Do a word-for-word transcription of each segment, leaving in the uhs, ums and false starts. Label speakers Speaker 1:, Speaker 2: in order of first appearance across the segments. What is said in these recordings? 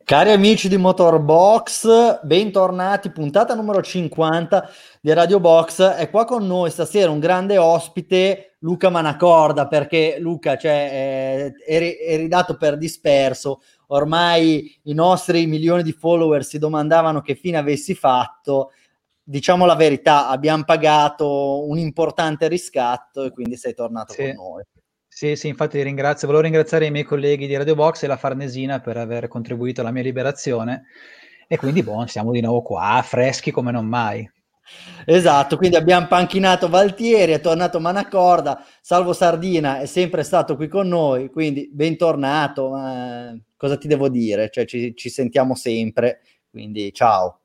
Speaker 1: Cari amici di Motorbox, bentornati, puntata numero cinquanta di Radio Box. È qua con noi stasera un grande ospite, Luca Manacorda, perché Luca, cioè, eh, eri, eri dato per disperso, ormai i nostri milioni di follower si domandavano che fine avessi fatto. Diciamo la verità, abbiamo pagato un importante riscatto e quindi sei tornato con
Speaker 2: Sì,
Speaker 1: noi.
Speaker 2: sì, sì, infatti ringrazio, volevo ringraziare i miei colleghi di Radio Box e la Farnesina per aver contribuito alla mia liberazione e quindi boh, siamo di nuovo qua, freschi come non mai.
Speaker 1: Esatto, quindi abbiamo panchinato Valtieri, è tornato Manacorda, Salvo Sardina è sempre stato qui con noi, quindi bentornato. Ma cosa ti devo dire? Cioè, ci, ci sentiamo sempre, quindi ciao.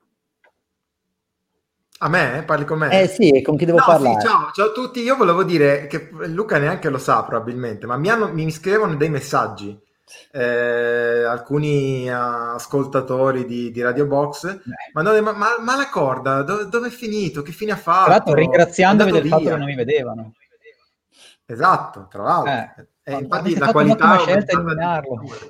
Speaker 3: A me? Parli con
Speaker 1: Eh
Speaker 3: me?
Speaker 1: sì, e con chi devo
Speaker 3: No, sì,
Speaker 1: parlare?
Speaker 3: ciao, ciao a tutti. Io volevo dire che Luca neanche lo sa probabilmente, ma mi, hanno, mi scrivono dei messaggi, eh, alcuni eh, ascoltatori di, di Radio Box,
Speaker 2: Beh,
Speaker 3: ma, dove, ma, ma- ma la corda, dove, dove è finito? Che fine ha
Speaker 2: tra l'altro
Speaker 3: fatto? È
Speaker 2: ringraziandomi
Speaker 3: andato
Speaker 2: del fatto che
Speaker 3: via.
Speaker 2: non mi vedevano.
Speaker 3: Esatto, tra
Speaker 2: Eh,
Speaker 3: l'altro. E infatti
Speaker 2: avete
Speaker 3: la
Speaker 2: fatto
Speaker 3: qualità
Speaker 2: un'ottima
Speaker 3: è
Speaker 2: scelta
Speaker 3: aumentata
Speaker 2: eliminarlo.
Speaker 3: addirittura.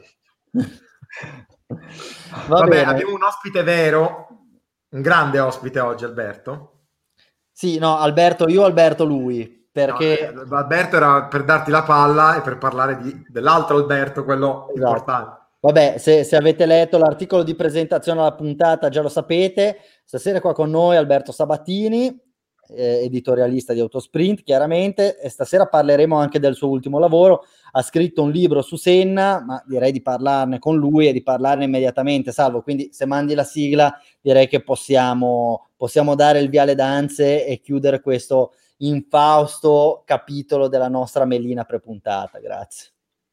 Speaker 1: Va
Speaker 3: Vabbè,
Speaker 1: bene.
Speaker 3: abbiamo un ospite vero, un grande ospite oggi, Alberto.
Speaker 1: Sì, no, Alberto io, Alberto lui,
Speaker 3: No, eh,
Speaker 1: perché...
Speaker 3: Alberto era per darti la palla e per parlare di- dell'altro Alberto, quello
Speaker 1: Esatto.
Speaker 3: importante.
Speaker 1: Vabbè, se, se avete letto l'articolo di presentazione alla puntata già lo sapete, stasera è qua con noi Alberto Sabatini, eh, editorialista di Autosprint chiaramente, e stasera parleremo anche del suo ultimo lavoro. Ha scritto un libro su Senna, ma direi di parlarne con lui e di parlarne immediatamente, Salvo, quindi se mandi la sigla direi che possiamo, possiamo dare il via alle danze e chiudere questo infausto capitolo della nostra melina prepuntata. Grazie.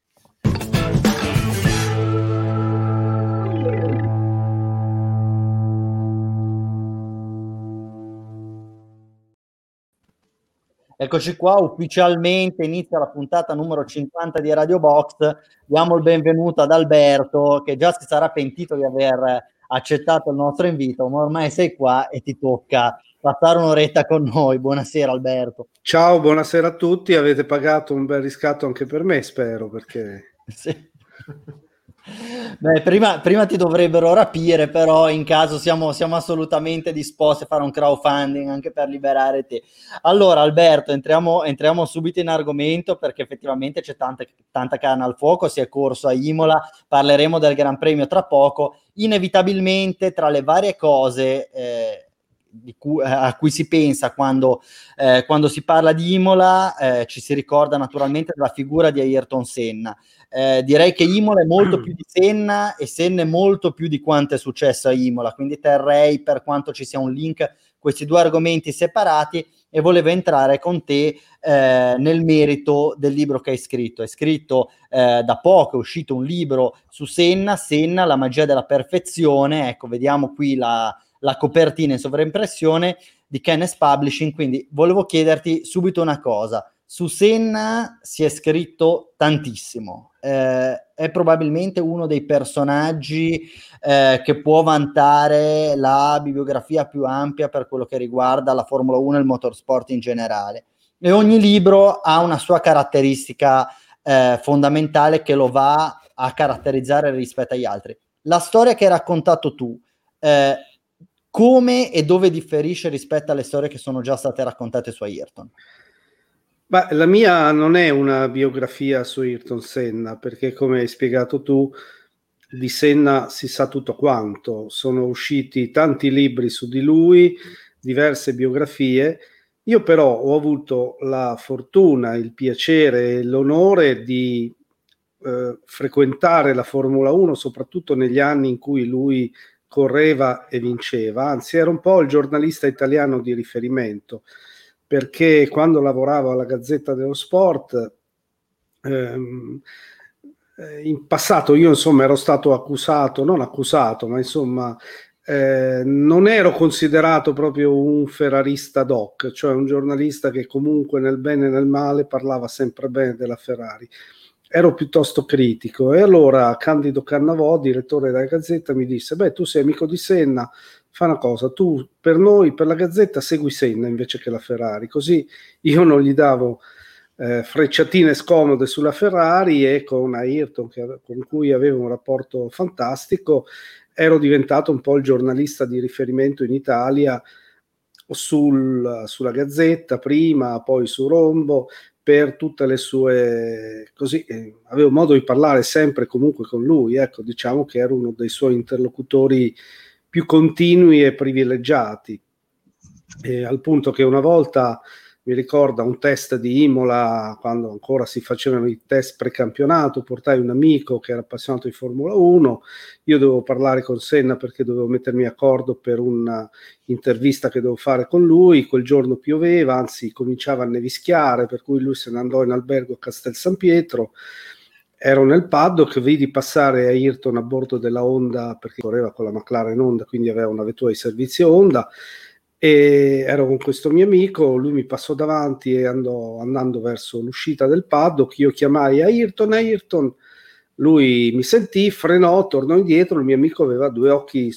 Speaker 1: Eccoci qua, ufficialmente inizia la puntata numero cinquanta di Radio Box. Diamo il benvenuto ad Alberto, che già si sarà pentito di aver accettato il nostro invito, ma ormai sei qua e ti tocca passare un'oretta con noi. Buonasera Alberto.
Speaker 4: Ciao, buonasera a tutti. Avete pagato un bel riscatto anche per me, spero, perché...
Speaker 1: Sì. Beh, prima, prima ti dovrebbero rapire, però in caso siamo, siamo assolutamente disposti a fare un crowdfunding anche per liberare te. Allora, Alberto, entriamo, entriamo subito in argomento perché effettivamente c'è tanta, tanta carne al fuoco, si è corso a Imola, parleremo del Gran Premio tra poco. Inevitabilmente, tra le varie cose eh, di cui, a cui si pensa quando, eh, quando si parla di Imola, eh, ci si ricorda naturalmente della figura di Ayrton Senna. Eh, direi che Imola è molto più di Senna e Senna è molto più di quanto è successo a Imola, quindi terrei, per quanto ci sia un link, questi due argomenti separati e volevo entrare con te eh, nel merito del libro che hai scritto. Hai scritto eh, da poco, è uscito un libro su Senna, Senna, la magia della perfezione, ecco, vediamo qui la, la copertina in sovraimpressione di Kennes Publishing, quindi volevo chiederti subito una cosa. Su Senna si è scritto tantissimo, eh, è probabilmente uno dei personaggi eh, che può vantare la bibliografia più ampia per quello che riguarda la Formula uno e il motorsport in generale. E ogni libro ha una sua caratteristica eh, fondamentale che lo va a caratterizzare rispetto agli altri. La storia che hai raccontato tu, eh, come e dove differisce rispetto alle storie che sono già state raccontate su Ayrton?
Speaker 4: Beh, la mia non è una biografia su Ayrton Senna, perché come hai spiegato tu, di Senna si sa tutto quanto. Sono usciti tanti libri su di lui, diverse biografie. Io però ho avuto la fortuna, il piacere e l'onore di eh, frequentare la Formula uno, soprattutto negli anni in cui lui correva e vinceva. Anzi, era un po' il giornalista italiano di riferimento, perché quando lavoravo alla Gazzetta dello Sport, ehm, in passato io insomma ero stato accusato, non accusato, ma insomma eh, non ero considerato proprio un ferrarista doc, cioè un giornalista che comunque nel bene e nel male parlava sempre bene della Ferrari. Ero piuttosto critico e allora Candido Cannavò, direttore della Gazzetta, mi disse: beh, tu sei amico di Senna, fa una cosa, tu per noi, per la Gazzetta, segui Senna invece che la Ferrari, così io non gli davo eh, frecciatine scomode sulla Ferrari e con Ayrton, che, con cui avevo un rapporto fantastico, ero diventato un po' il giornalista di riferimento in Italia sul, sulla Gazzetta prima, poi su Rombo, per tutte le sue, così eh, avevo modo di parlare sempre comunque con lui, ecco, diciamo che ero uno dei suoi interlocutori più continui e privilegiati, e al punto che una volta mi ricorda un test di Imola, quando ancora si facevano i test precampionato, portai un amico che era appassionato di Formula uno, io dovevo parlare con Senna perché dovevo mettermi d'accordo per un'intervista che dovevo fare con lui, quel giorno pioveva, anzi cominciava a nevischiare, per cui lui se ne andò in albergo a Castel San Pietro, ero nel paddock, vidi passare Ayrton a bordo della Honda, perché correva con la McLaren Honda, quindi aveva una vettura di servizio Honda, e ero con questo mio amico, lui mi passò davanti e andò andando verso l'uscita del paddock, io chiamai Ayrton, Ayrton, lui mi sentì, frenò, tornò indietro, il mio amico aveva due occhi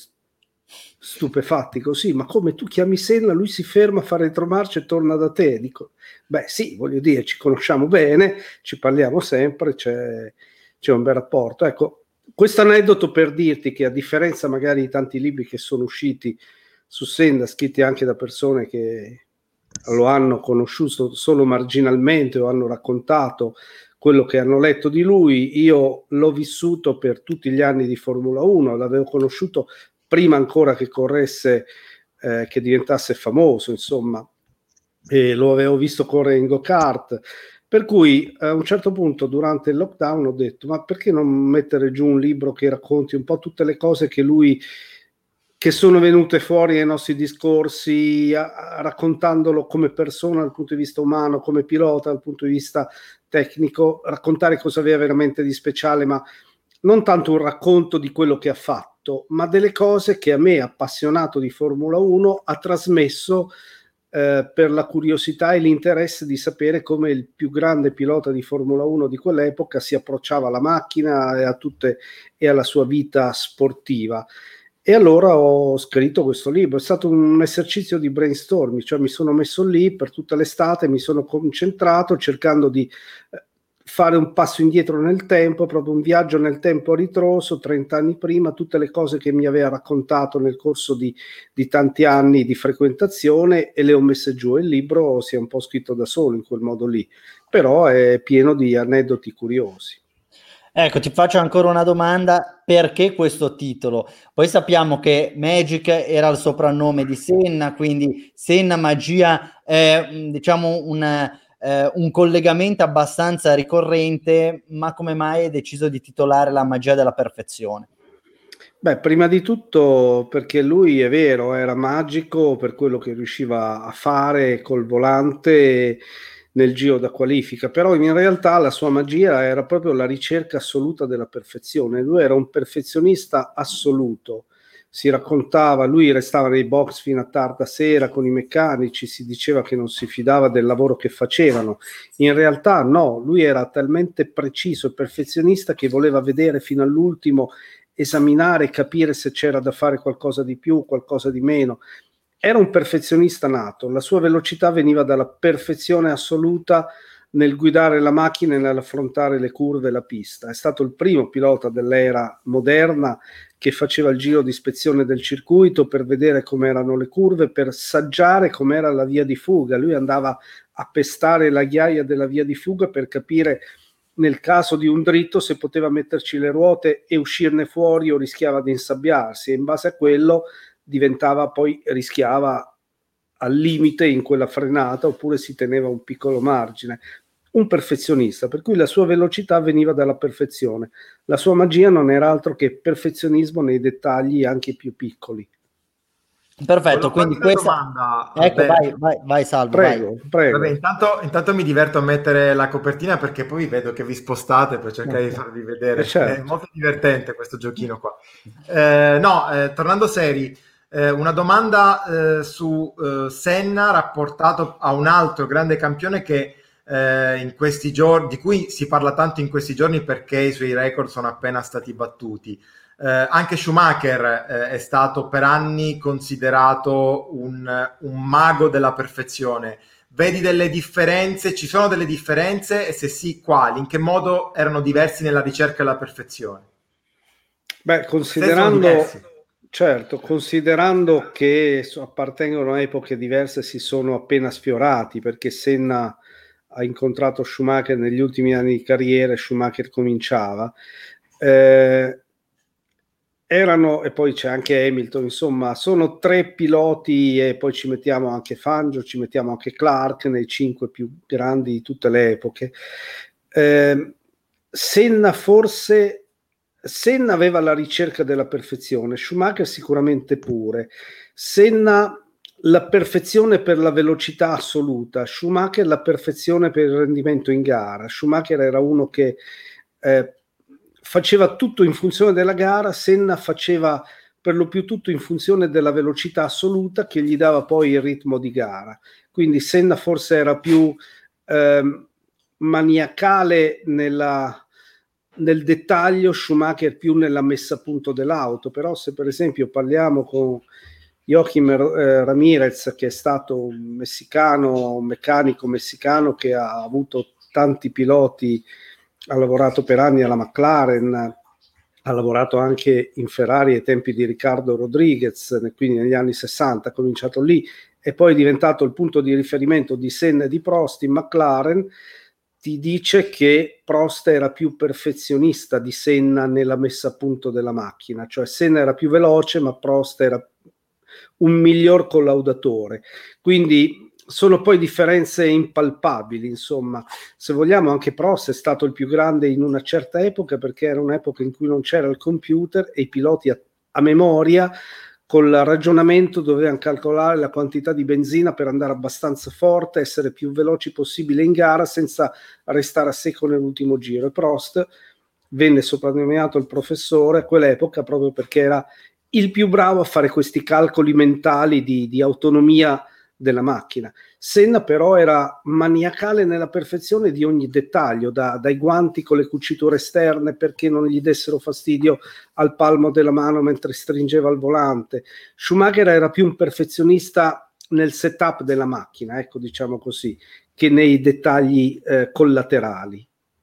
Speaker 4: stupefatti così, ma come tu chiami Senna, lui si ferma, fa retromarcia e torna da te, dico, beh sì, voglio dire, ci conosciamo bene, ci parliamo sempre, c'è, c'è un bel rapporto, ecco, questo aneddoto per dirti che a differenza magari di tanti libri che sono usciti su Senna, scritti anche da persone che lo hanno conosciuto solo marginalmente o hanno raccontato quello che hanno letto di lui, io l'ho vissuto per tutti gli anni di Formula uno, l'avevo conosciuto prima ancora che corresse, eh, che diventasse famoso, insomma, e lo avevo visto correre in go-kart, per cui a un certo punto durante il lockdown ho detto, ma perché non mettere giù un libro che racconti un po' tutte le cose che lui, che sono venute fuori nei nostri discorsi, a, a, raccontandolo come persona dal punto di vista umano, come pilota dal punto di vista tecnico, raccontare cosa aveva veramente di speciale, ma non tanto un racconto di quello che ha fatto, ma delle cose che a me, appassionato di Formula uno, ha trasmesso eh, per la curiosità e l'interesse di sapere come il più grande pilota di Formula uno di quell'epoca si approcciava alla macchina e a tutte e alla sua vita sportiva. E allora ho scritto questo libro, è stato un esercizio di brainstorming, cioè mi sono messo lì per tutta l'estate, mi sono concentrato cercando di fare un passo indietro nel tempo, proprio un viaggio nel tempo a ritroso, trenta anni prima, tutte le cose che mi aveva raccontato nel corso di, di tanti anni di frequentazione, e le ho messe giù. Il libro si è un po' scritto da solo in quel modo lì, però è pieno di aneddoti curiosi.
Speaker 1: Ecco, ti faccio ancora una domanda, perché questo titolo? Poi sappiamo che Magic era il soprannome di Senna, quindi Senna Magia è, diciamo, un, eh, un collegamento abbastanza ricorrente, ma come mai hai deciso di titolare La magia della perfezione?
Speaker 4: Beh, prima di tutto perché lui, è vero, era magico per quello che riusciva a fare col volante nel giro da qualifica, però in realtà la sua magia era proprio la ricerca assoluta della perfezione. Lui era un perfezionista assoluto, si raccontava, lui restava nei box fino a tarda sera con i meccanici, si diceva che non si fidava del lavoro che facevano, in realtà no, lui era talmente preciso e perfezionista che voleva vedere fino all'ultimo, esaminare e capire se c'era da fare qualcosa di più, qualcosa di meno. Era un perfezionista nato, la sua velocità veniva dalla perfezione assoluta nel guidare la macchina e nell'affrontare le curve e la pista. È stato il primo pilota dell'era moderna che faceva il giro di ispezione del circuito per vedere com'erano le curve, per saggiare com'era la via di fuga. Lui andava a pestare la ghiaia della via di fuga per capire nel caso di un dritto se poteva metterci le ruote e uscirne fuori o rischiava di insabbiarsi, e in base a quello diventava, poi rischiava al limite in quella frenata oppure si teneva un piccolo margine. Un perfezionista, per cui la sua velocità veniva dalla perfezione, la sua magia non era altro che perfezionismo nei dettagli anche più piccoli.
Speaker 1: Perfetto, quindi questa
Speaker 3: domanda,
Speaker 1: ecco, vai, vai, vai Salvo,
Speaker 4: prego,
Speaker 1: vai.
Speaker 4: prego.
Speaker 3: Vabbè, intanto, intanto mi diverto a mettere la copertina perché poi vedo che vi spostate per cercare di farvi vedere.
Speaker 4: Certo.
Speaker 3: È molto divertente questo giochino qua. Eh, no, eh, tornando seri, eh, una domanda eh, su eh, Senna rapportato a un altro grande campione che eh, in questi giorni, di cui si parla tanto in questi giorni perché i suoi record sono appena stati battuti. Eh, anche Schumacher eh, è stato per anni considerato un, un mago della perfezione. vedi delle differenze, ci sono delle differenze e se sì, quali? In che modo erano diversi nella ricerca della perfezione?
Speaker 4: Beh, considerando, certo, considerando che appartengono a epoche diverse, si sono appena sfiorati, perché Senna ha incontrato Schumacher negli ultimi anni di carriera, Schumacher cominciava, eh, erano, e poi c'è anche Hamilton, insomma, sono tre piloti e poi ci mettiamo anche Fangio, ci mettiamo anche Clark nei cinque più grandi di tutte le epoche. Eh, Senna forse Senna aveva la ricerca della perfezione, Schumacher sicuramente pure. Senna la perfezione per la velocità assoluta, Schumacher la perfezione per il rendimento in gara. Schumacher era uno che eh, faceva tutto in funzione della gara, Senna faceva per lo più tutto in funzione della velocità assoluta che gli dava poi il ritmo di gara. Quindi Senna forse era più eh, maniacale nella nel dettaglio, Schumacher più nella messa a punto dell'auto. Però se per esempio parliamo con Joachim eh, Ramirez, che è stato un messicano, un meccanico messicano che ha avuto tanti piloti, ha lavorato per anni alla McLaren, ha lavorato anche in Ferrari ai tempi di Riccardo Rodriguez, quindi negli anni sessanta, ha cominciato lì e poi è diventato il punto di riferimento di Senna e di Prost in McLaren. Ti dice che Prost era più perfezionista di Senna nella messa a punto della macchina, cioè Senna era più veloce ma Prost era un miglior collaudatore, quindi sono poi differenze impalpabili. Insomma, se vogliamo, anche Prost è stato il più grande in una certa epoca, perché era un'epoca in cui non c'era il computer e i piloti a, a memoria col ragionamento dovevano calcolare la quantità di benzina per andare abbastanza forte, essere più veloci possibile in gara senza restare a secco nell'ultimo giro. E Prost venne soprannominato il professore a quell'epoca proprio perché era il più bravo a fare questi calcoli mentali di, di autonomia della macchina. Senna però era maniacale nella perfezione di ogni dettaglio, da, dai guanti con le cuciture esterne perché non gli dessero fastidio al palmo della mano mentre stringeva il volante. Schumacher era più un perfezionista nel setup della macchina, ecco, diciamo così, che nei dettagli eh, collaterali.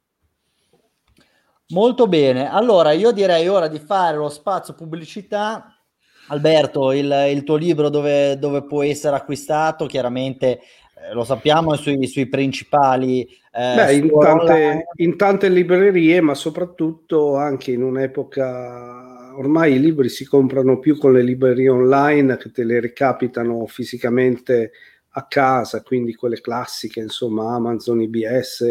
Speaker 1: Molto bene, allora io direi ora di fare lo spazio pubblicità. Alberto, il, il tuo libro dove, dove può essere acquistato? Chiaramente eh, lo sappiamo, è sui, sui principali eh,
Speaker 4: Beh, in
Speaker 1: store
Speaker 4: tante,
Speaker 1: online.
Speaker 4: in tante librerie, ma soprattutto anche in un'epoca, ormai i libri si comprano più con le librerie online che te le recapitano fisicamente a casa, quindi quelle classiche, insomma, Amazon, I B S,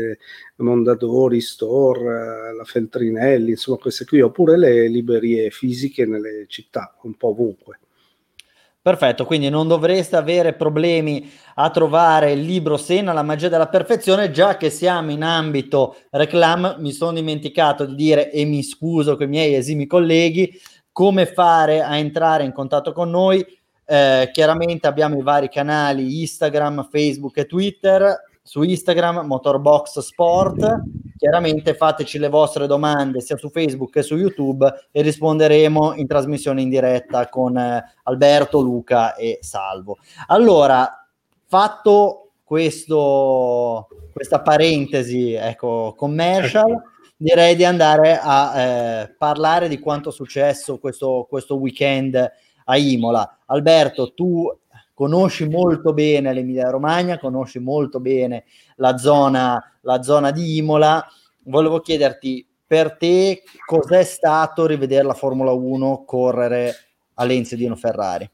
Speaker 4: Mondadori Store, la Feltrinelli, insomma queste qui, oppure le librerie fisiche nelle città, un po' ovunque.
Speaker 1: Perfetto, quindi non dovreste avere problemi a trovare il libro Senna, la magia della perfezione. Già che siamo in ambito reclam, mi sono dimenticato di dire, e mi scuso con i miei esimi colleghi, come fare a entrare in contatto con noi. Eh, chiaramente abbiamo i vari canali Instagram, Facebook e Twitter. Su Instagram Motorbox Sport, chiaramente fateci le vostre domande sia su Facebook che su YouTube e risponderemo in trasmissione in diretta con eh, Alberto, Luca e Salvo. Allora, fatto questo, questa parentesi, ecco, commercial, direi di andare a eh, parlare di quanto è successo questo, questo weekend a Imola. Alberto, tu conosci molto bene l'Emilia Romagna, conosci molto bene la zona, la zona di Imola. Volevo chiederti, per te cos'è stato rivedere la Formula uno correre all'Enzo Ferrari?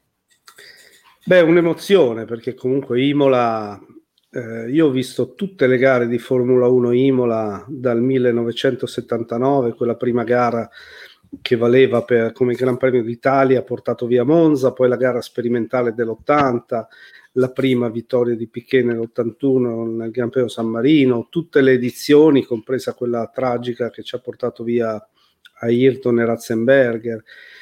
Speaker 4: Beh, un'emozione, perché comunque Imola, eh, io ho visto tutte le gare di Formula uno Imola dal millenovecentosettantanove, quella prima gara che valeva per, come Gran Premio d'Italia, portato via Monza, poi la gara sperimentale dell'ottanta, la prima vittoria di Piquet nell'ottantuno nel Gran Premio San Marino, tutte le edizioni, compresa quella tragica che ci ha portato via Ayrton e Ratzenberger.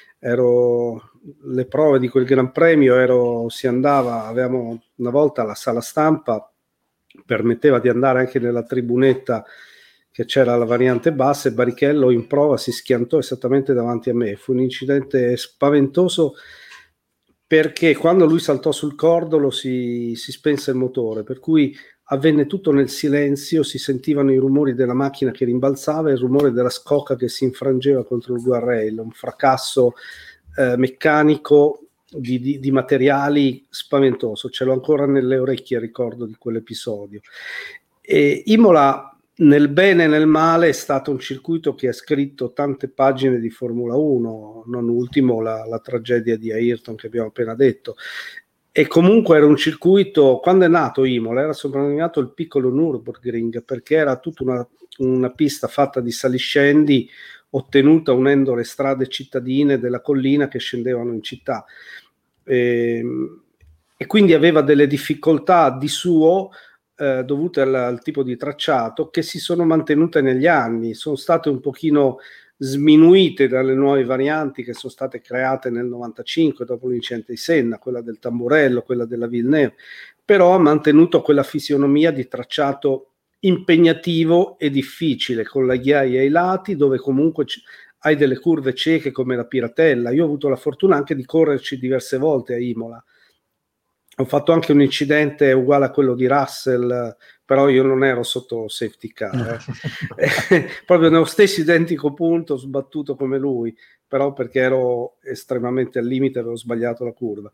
Speaker 4: Ero, le prove di quel Gran Premio, ero, si andava, avevamo una volta la sala stampa, permetteva di andare anche nella tribunetta che c'era la variante bassa, e Barrichello in prova si schiantò esattamente davanti a me. Fu un incidente spaventoso perché quando lui saltò sul cordolo si, si spense il motore, per cui avvenne tutto nel silenzio, si sentivano i rumori della macchina che rimbalzava e il rumore della scocca che si infrangeva contro il guardrail, un fracasso eh, meccanico di, di, di materiali spaventoso. Ce l'ho ancora nelle orecchie, ricordo di quell'episodio. E Imola, nel bene e nel male, è stato un circuito che ha scritto tante pagine di Formula uno, non ultimo la, la tragedia di Ayrton che abbiamo appena detto. E comunque era un circuito, quando è nato Imola, era soprannominato il piccolo Nürburgring, perché era tutta una, una pista fatta di saliscendi ottenuta unendo le strade cittadine della collina che scendevano in città. E, e quindi aveva delle difficoltà di suo eh, dovute al, al tipo di tracciato che si sono mantenute negli anni, sono state un pochino sminuite dalle nuove varianti che sono state create nel novantacinque dopo l'incidente di Senna, quella del Tamburello, quella della Villeneuve, però ha mantenuto quella fisionomia di tracciato impegnativo e difficile, con la ghiaia ai lati, dove comunque c- hai delle curve cieche come la Piratella. Io ho avuto la fortuna anche di correrci diverse volte a Imola. Ho fatto anche un incidente uguale a quello di Russell, però io non ero sotto safety car, eh. Proprio nello stesso identico punto, sbattuto come lui, però perché ero estremamente al limite, avevo sbagliato la curva.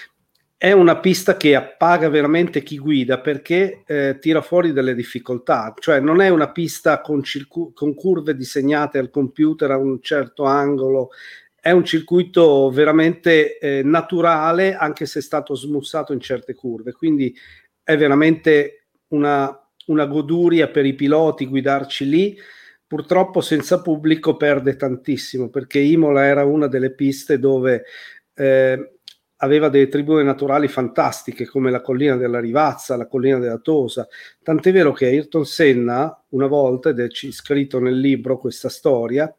Speaker 4: È una pista che appaga veramente chi guida, perché eh, tira fuori delle difficoltà, cioè non è una pista con, circu- con curve disegnate al computer a un certo angolo. È un circuito veramente eh, naturale, anche se è stato smussato in certe curve, quindi è veramente una, una goduria per i piloti guidarci lì. Purtroppo senza pubblico perde tantissimo, perché Imola era una delle piste dove eh, aveva delle tribune naturali fantastiche, come la collina della Rivazza, la collina della Tosa, tant'è vero che Ayrton Senna una volta, ed è scritto nel libro questa storia,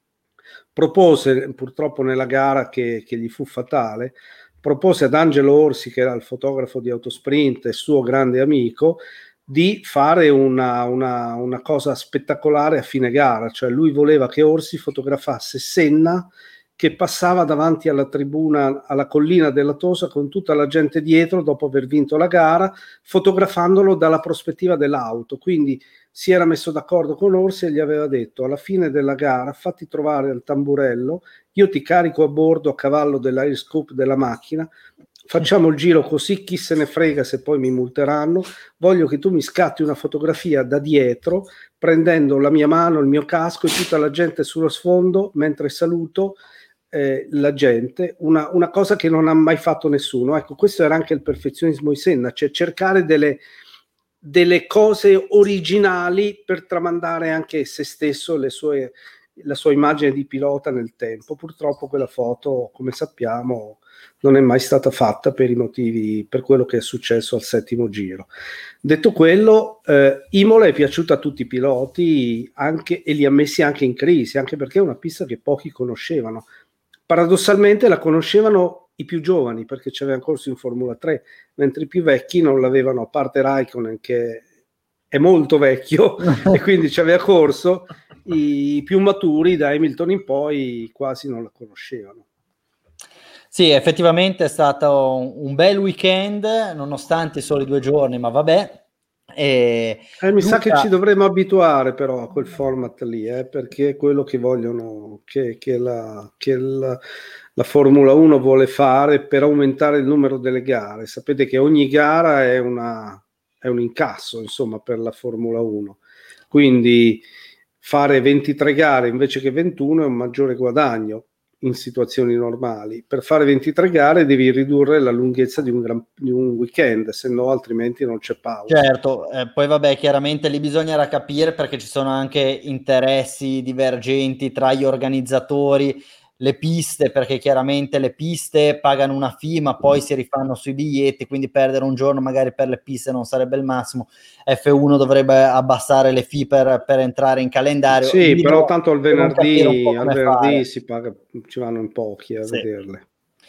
Speaker 4: propose, purtroppo nella gara che, che gli fu fatale, propose ad Angelo Orsi, che era il fotografo di Autosprint e suo grande amico, di fare una, una, una cosa spettacolare a fine gara, cioè lui voleva che Orsi fotografasse Senna che passava davanti alla tribuna, alla collina della Tosa con tutta la gente dietro dopo aver vinto la gara, fotografandolo dalla prospettiva dell'auto. Quindi si era messo d'accordo con Orsi e gli aveva detto: alla fine della gara fatti trovare al tamburello, io ti carico a bordo a cavallo dell'air scoop della macchina, facciamo il giro così chi se ne frega se poi mi multeranno, voglio che tu mi scatti una fotografia da dietro prendendo la mia mano, il mio casco e tutta la gente sullo sfondo mentre saluto eh, la gente, una, una cosa che non ha mai fatto nessuno. Ecco, questo era anche il perfezionismo di Senna, cioè cercare delle delle cose originali per tramandare anche se stesso, le sue, la sua immagine di pilota nel tempo. Purtroppo quella foto, come sappiamo, non è mai stata fatta per i motivi, per quello che è successo al settimo giro. Detto quello, eh, Imola è piaciuta a tutti i piloti anche, e li ha messi anche in crisi, anche perché è una pista che pochi conoscevano. Paradossalmente la conoscevano i più giovani, perché ci avevano corso in Formula tre, mentre i più vecchi non l'avevano, a parte Raikkonen che è molto vecchio e quindi ci aveva corso, i più maturi da Hamilton in poi quasi non la conoscevano.
Speaker 1: Sì, effettivamente è stato un bel weekend, nonostante soli due giorni, ma vabbè. E
Speaker 4: eh, mi
Speaker 1: Luca...
Speaker 4: sa che ci dovremmo abituare però a quel format lì, eh, perché è quello che vogliono, che, che, la, che la, la Formula uno vuole fare per aumentare il numero delle gare. Sapete che ogni gara è, una, è un incasso, insomma, per la Formula uno, quindi fare ventitré gare invece che ventuno è un maggiore guadagno in situazioni normali. Per fare ventitré gare devi ridurre la lunghezza di un, gran, di un weekend, se no altrimenti non c'è pausa.
Speaker 1: Certo, eh, poi vabbè, chiaramente lì bisognerà capire, perché ci sono anche interessi divergenti tra gli organizzatori, le piste, perché chiaramente le piste pagano una fee ma poi si rifanno sui biglietti, quindi perdere un giorno magari per le piste non sarebbe il massimo. F uno dovrebbe abbassare le fee per, per entrare in calendario.
Speaker 4: Sì,
Speaker 1: lì
Speaker 4: però
Speaker 1: devo,
Speaker 4: tanto al venerdì, al venerdì si paga, ci vanno in pochi a sì. vederle.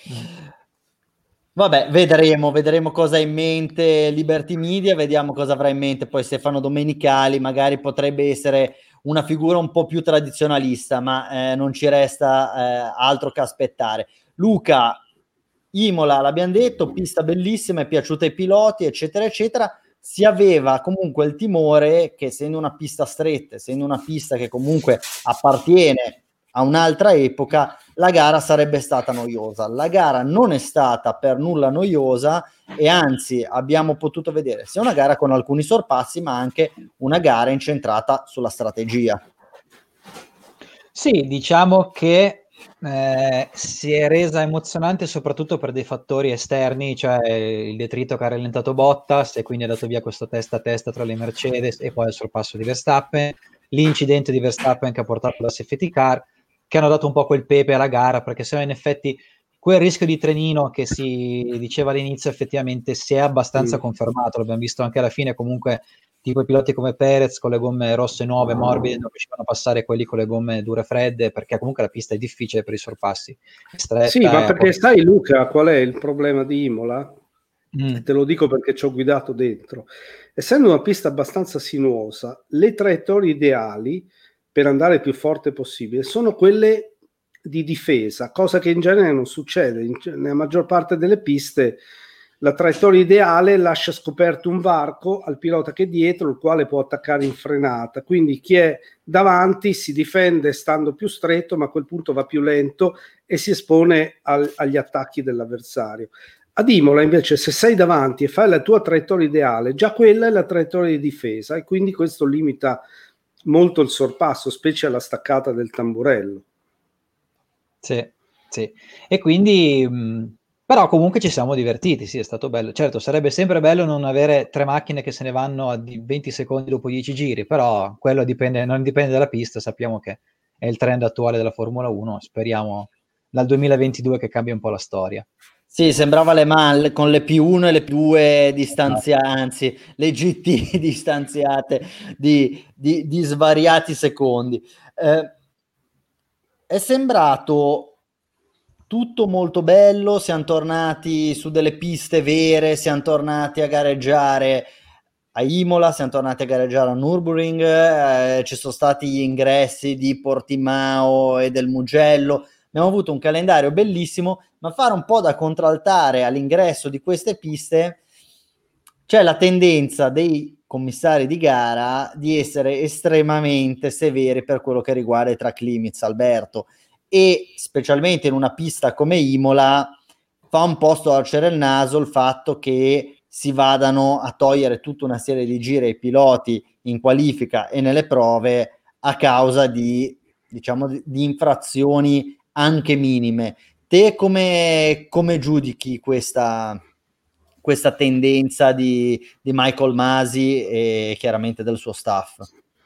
Speaker 1: Vabbè, vedremo, vedremo cosa ha in mente Liberty Media, vediamo cosa avrà in mente poi Stefano Domenicali, magari potrebbe essere una figura un po' più tradizionalista, ma eh, non ci resta eh, altro che aspettare. Luca, Imola, l'abbiamo detto, pista bellissima, è piaciuta ai piloti, eccetera, eccetera. Si aveva comunque il timore che, essendo una pista stretta, essendo una pista che comunque appartiene a un'altra epoca, la gara sarebbe stata noiosa. La gara non è stata per nulla noiosa, e anzi abbiamo potuto vedere sia una gara con alcuni sorpassi, ma anche una gara incentrata sulla strategia.
Speaker 2: Sì, diciamo che eh, si è resa emozionante soprattutto per dei fattori esterni, cioè il detrito che ha rallentato Bottas e quindi ha dato via questo testa a testa tra le Mercedes, e poi il sorpasso di Verstappen, l'incidente di Verstappen che ha portato la safety car, che hanno dato un po' quel pepe alla gara, perché se no in effetti quel rischio di trenino che si diceva all'inizio effettivamente si è abbastanza mm. confermato, l'abbiamo visto anche alla fine. Comunque tipo i piloti come Perez con le gomme rosse nuove, morbide, non riuscivano a passare quelli con le gomme dure fredde, perché comunque la pista è difficile per i sorpassi. Stretta,
Speaker 4: sì, ma perché
Speaker 2: poi...
Speaker 4: sai Luca qual è il problema di Imola?
Speaker 2: Mm.
Speaker 4: Te lo dico perché ci ho guidato dentro. Essendo una pista abbastanza sinuosa, le traiettorie ideali per andare il più forte possibile sono quelle di difesa, cosa che in genere non succede. In, nella maggior parte delle piste la traiettoria ideale lascia scoperto un varco al pilota che è dietro, il quale può attaccare in frenata. Quindi chi è davanti si difende stando più stretto, ma a quel punto va più lento e si espone al, agli attacchi dell'avversario. Ad Imola invece, se sei davanti e fai la tua traiettoria ideale, già quella è la traiettoria di difesa, e quindi questo limita molto il sorpasso, specie alla staccata del tamburello.
Speaker 2: Sì, sì. E quindi mh, però comunque ci siamo divertiti, sì, è stato bello. Certo, sarebbe sempre bello non avere tre macchine che se ne vanno a venti secondi dopo dieci giri, però quello dipende, non dipende dalla pista, sappiamo che è il trend attuale della Formula uno, speriamo dal duemilaventidue che cambia un po' la storia.
Speaker 1: Sì, sembrava Le Mans con le P uno e le P due distanziate, anzi le G T distanziate di, di, di svariati secondi. Eh, è sembrato tutto molto bello, siamo tornati su delle piste vere, siamo tornati a gareggiare a Imola, siamo tornati a gareggiare a Nürburgring, eh, ci sono stati gli ingressi di Portimao e del Mugello. Abbiamo avuto un calendario bellissimo, ma fare un po' da contraltare all'ingresso di queste piste c'è la tendenza dei commissari di gara di essere estremamente severi per quello che riguarda i track limits, Alberto, e specialmente in una pista come Imola fa un po' storcere il naso il fatto che si vadano a togliere tutta una serie di giri ai piloti in qualifica e nelle prove a causa di, diciamo, di, di infrazioni anche minime. Te come, come giudichi questa, questa tendenza di, di Michael Masi e chiaramente del suo staff?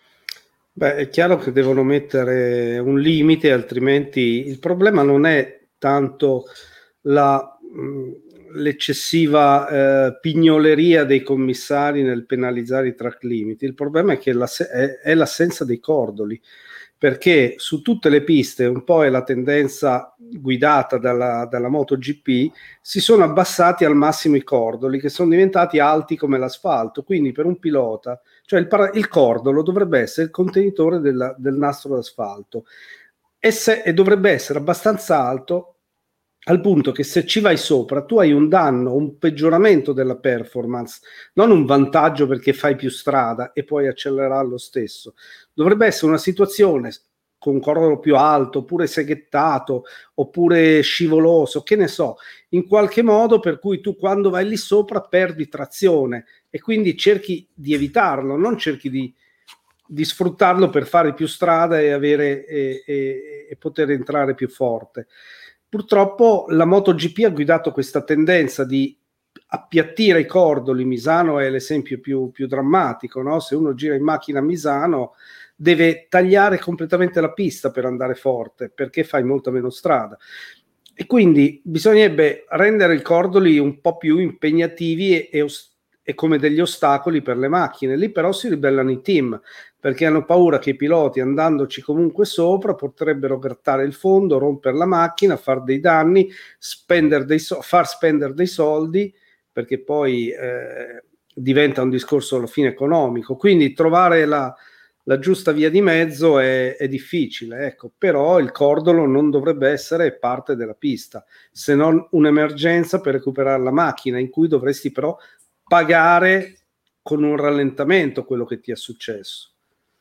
Speaker 4: Beh, è chiaro che devono mettere un limite, altrimenti il problema non è tanto la, mh, l'eccessiva eh, pignoleria dei commissari nel penalizzare i track limit. Il problema è che la, è, è l'assenza dei cordoli, perché su tutte le piste, un po' è la tendenza guidata dalla, dalla MotoGP, si sono abbassati al massimo i cordoli, che sono diventati alti come l'asfalto. Quindi per un pilota, cioè il, para- il cordolo dovrebbe essere il contenitore della, del nastro d'asfalto, e, se, e dovrebbe essere abbastanza alto al punto che se ci vai sopra tu hai un danno, un peggioramento della performance, non un vantaggio perché fai più strada e puoi accelerare lo stesso. Dovrebbe essere una situazione con un cordolo più alto, oppure seghettato, oppure scivoloso, che ne so, in qualche modo per cui tu quando vai lì sopra perdi trazione e quindi cerchi di evitarlo, non cerchi di, di sfruttarlo per fare più strada e, avere, e, e, e poter entrare più forte. Purtroppo la MotoGP ha guidato questa tendenza di appiattire i cordoli. Misano è l'esempio più, più drammatico, no? Se uno gira in macchina a Misano deve tagliare completamente la pista per andare forte, perché fai molta meno strada. E quindi bisognerebbe rendere i cordoli un po' più impegnativi e, e, e come degli ostacoli per le macchine. Lì però si ribellano i team, perché hanno paura che i piloti, andandoci comunque sopra, potrebbero grattare il fondo, rompere la macchina, far dei danni, spendere dei so- far spendere dei soldi, perché poi eh, diventa un discorso alla fine economico. Quindi trovare la, la giusta via di mezzo è, è difficile, ecco. Però il cordolo non dovrebbe essere parte della pista, se non un'emergenza per recuperare la macchina, in cui dovresti però pagare con un rallentamento quello che ti è successo.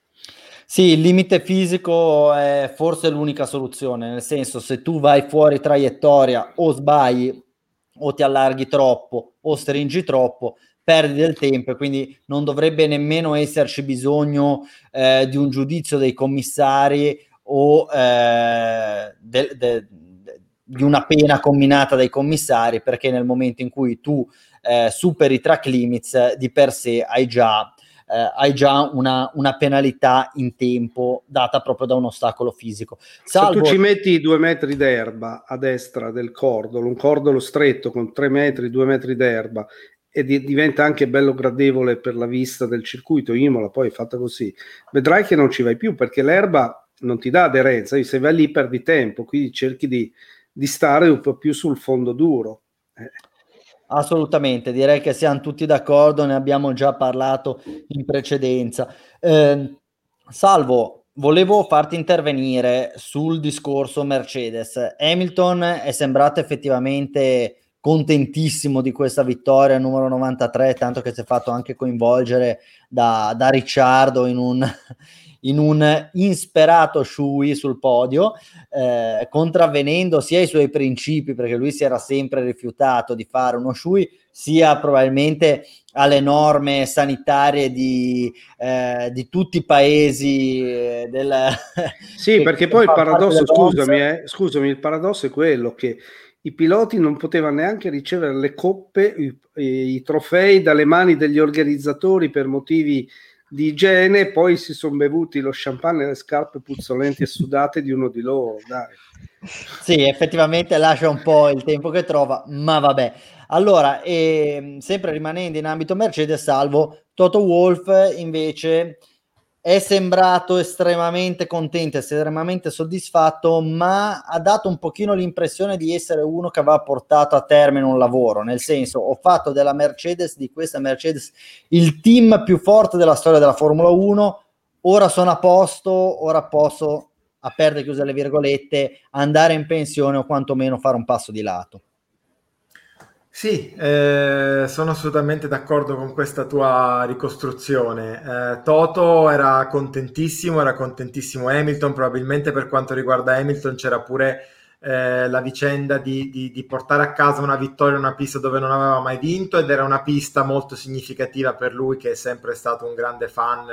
Speaker 1: Sì, il limite fisico è forse l'unica soluzione, nel senso, se tu vai fuori traiettoria o sbagli o ti allarghi troppo o stringi troppo, perdi del tempo, e quindi non dovrebbe nemmeno esserci bisogno eh, di un giudizio dei commissari o eh, de, de, de, di una pena comminata dai commissari, perché nel momento in cui tu eh, superi i track limits, di per sé hai già Eh, hai già una, una penalità in tempo data proprio da un ostacolo fisico. Salvo...
Speaker 4: Se tu ci metti due metri d'erba a destra del cordolo, un cordolo stretto con tre metri, due metri d'erba, e di, diventa anche bello gradevole per la vista del circuito Imola, poi è fatta così, vedrai che non ci vai più, perché l'erba non ti dà aderenza, se vai lì perdi tempo, quindi cerchi di, di stare un po' più sul fondo duro. Eh.
Speaker 1: Assolutamente, direi che siamo tutti d'accordo, ne abbiamo già parlato in precedenza. Eh, Salvo, volevo farti intervenire sul discorso Mercedes. Hamilton è sembrato effettivamente contentissimo di questa vittoria numero novantatré, tanto che si è fatto anche coinvolgere da, da Ricciardo in un, in un insperato shui sul podio, eh, contravvenendo sia ai suoi principi, perché lui si era sempre rifiutato di fare uno shui, sia probabilmente alle norme sanitarie di, eh, di tutti i paesi del...
Speaker 4: Sì, perché poi il paradosso, scusami, eh, scusami, il paradosso è quello che i piloti non potevano neanche ricevere le coppe, i, i trofei dalle mani degli organizzatori per motivi di igiene, poi si sono bevuti lo champagne e le scarpe puzzolenti e sudate di uno di loro, dai.
Speaker 1: Sì, effettivamente lascia un po' il tempo che trova, ma vabbè. Allora, eh, sempre rimanendo in ambito Mercedes, Salvo, Toto Wolff invece è sembrato estremamente contento, estremamente soddisfatto, ma ha dato un pochino l'impressione di essere uno che aveva portato a termine un lavoro, nel senso, ho fatto della Mercedes, di questa Mercedes, il team più forte della storia della Formula uno, ora sono a posto, ora posso, a perdere chiuse le virgolette, andare in pensione o quantomeno fare un passo di lato.
Speaker 3: Sì, eh, sono assolutamente d'accordo con questa tua ricostruzione. Eh, Toto era contentissimo, era contentissimo Hamilton, probabilmente per quanto riguarda Hamilton c'era pure eh, la vicenda di, di, di portare a casa una vittoria in una pista dove non aveva mai vinto, ed era una pista molto significativa per lui, che è sempre stato un grande fan